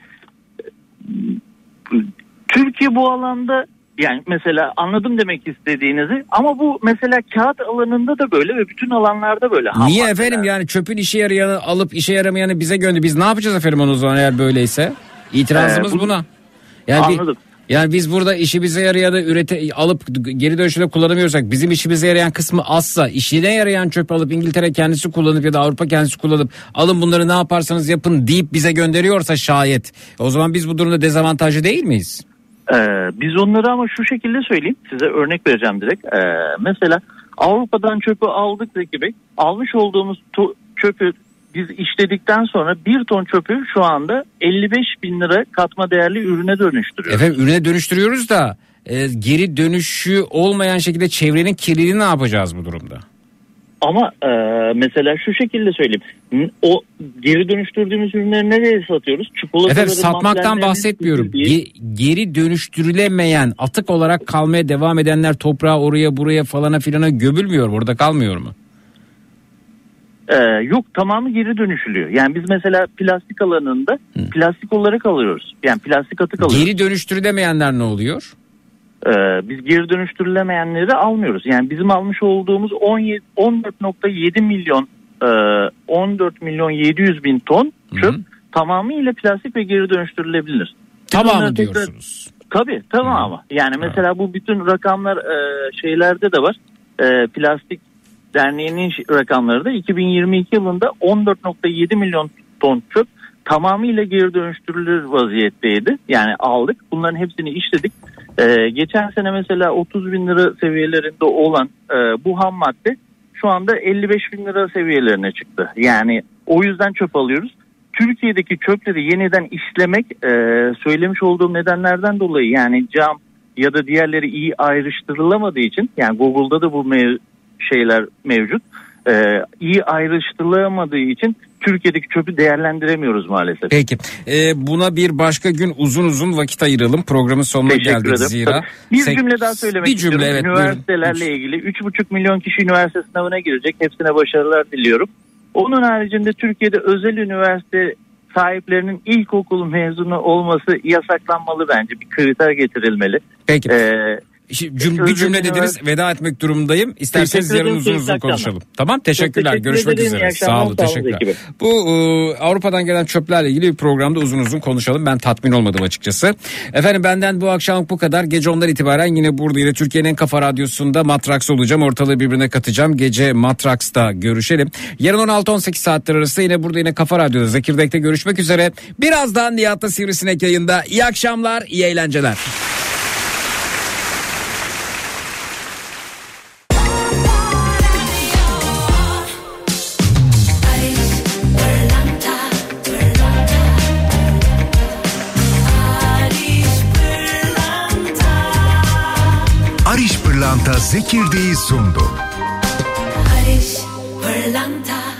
Türkiye bu alanda, yani mesela anladım demek istediğinizi, ama bu mesela kağıt alanında da böyle ve bütün alanlarda böyle. Niye efendim, yani çöpün işe yarayanı alıp işe yaramayanı bize gönder. Biz ne yapacağız efendim o zaman eğer böyleyse? İtirazımız buna. Yani anladım. Yani biz burada işimize yarayanı alıp geri dönüşümde kullanamıyorsak, bizim işimize yarayan kısmı azsa, işine yarayan çöpü alıp İngiltere kendisi kullanıp ya da Avrupa kendisi kullanıp alın bunları ne yaparsanız yapın deyip bize gönderiyorsa şayet, o zaman biz bu durumda dezavantajlı değil miyiz? Biz onları ama şu şekilde söyleyeyim, size örnek vereceğim direkt. Mesela Avrupa'dan çöpü aldık Zeki Bey. Almış olduğumuz çöpü biz işledikten sonra 1 ton çöpü şu anda 55 bin lira katma değerli ürüne dönüştürüyoruz. Efendim ürüne dönüştürüyoruz da geri dönüşü olmayan şekilde çevrenin kirliliğini ne yapacağız bu durumda? Ama mesela şu şekilde söyleyeyim. O geri dönüştürdüğümüz ürünleri nereye satıyoruz? Efendim satmaktan bahsetmiyorum. Geri dönüştürülemeyen, atık olarak kalmaya devam edenler toprağa, oraya buraya falana filana gömülmüyor mu? Orada kalmıyor mu? Yok, tamamı geri dönüşülüyor. Yani biz mesela plastik alanında plastik olarak alıyoruz. Yani plastik atık alıyoruz. Geri dönüştürülemeyenler ne oluyor? Biz geri dönüştürülemeyenleri almıyoruz. Yani bizim almış olduğumuz 14.7 milyon 14 milyon 700 bin ton çöp tamamıyla plastik ve geri dönüştürülebilir. Tamamı diyorsunuz. Tabii tamamı. Yani mesela bu bütün rakamlar şeylerde de var. Plastik Derneği'nin rakamları da 2022 yılında 14.7 milyon ton çöp tamamıyla geri dönüştürülür vaziyetteydi. Yani aldık. Bunların hepsini işledik. Geçen sene mesela 30 bin lira seviyelerinde olan bu ham madde şu anda 55 bin lira seviyelerine çıktı. Yani o yüzden çöp alıyoruz. Türkiye'deki çöpleri yeniden işlemek söylemiş olduğum nedenlerden dolayı, yani cam ya da diğerleri iyi ayrıştırılamadığı için, yani Google'da da bu şeyler mevcut. İyi ayrıştırılamadığı için Türkiye'deki çöpü değerlendiremiyoruz maalesef. Peki. Buna bir başka gün uzun vakit ayıralım. Programın sonuna geldik zira. Bir cümle daha söylemek istiyorum. Evet, üniversitelerle ilgili 3,5 milyon kişi üniversite sınavına girecek. Hepsine başarılar diliyorum. Onun haricinde Türkiye'de özel üniversite sahiplerinin ilkokul mezunu olması yasaklanmalı bence. Bir kriter getirilmeli. Peki. Bir cümle dediniz, veda etmek durumundayım. İsterseniz yarın uzun konuşalım. Tamam, teşekkürler. Görüşmek üzere. Sağ olun, teşekkürler. Bu Avrupa'dan gelen çöplerle ilgili bir programda uzun konuşalım. Ben tatmin olmadım açıkçası. Efendim benden bu akşam bu kadar. Gece 10'dan itibaren yine burada, yine Türkiye'nin en kafa radyosunda Matrax olacağım. Ortalığı birbirine katacağım. Gece Matrax'ta görüşelim. Yarın 16-18 saatler arası yine burada, yine Kafa Radyo'da Zekirdek'te görüşmek üzere. Birazdan Nihat'ta Sivrisinek yayında. İyi akşamlar, iyi eğlenceler. Ariş Pırlanta Zekirdek'i sundu. Ariş Pırlanta. Atalanta.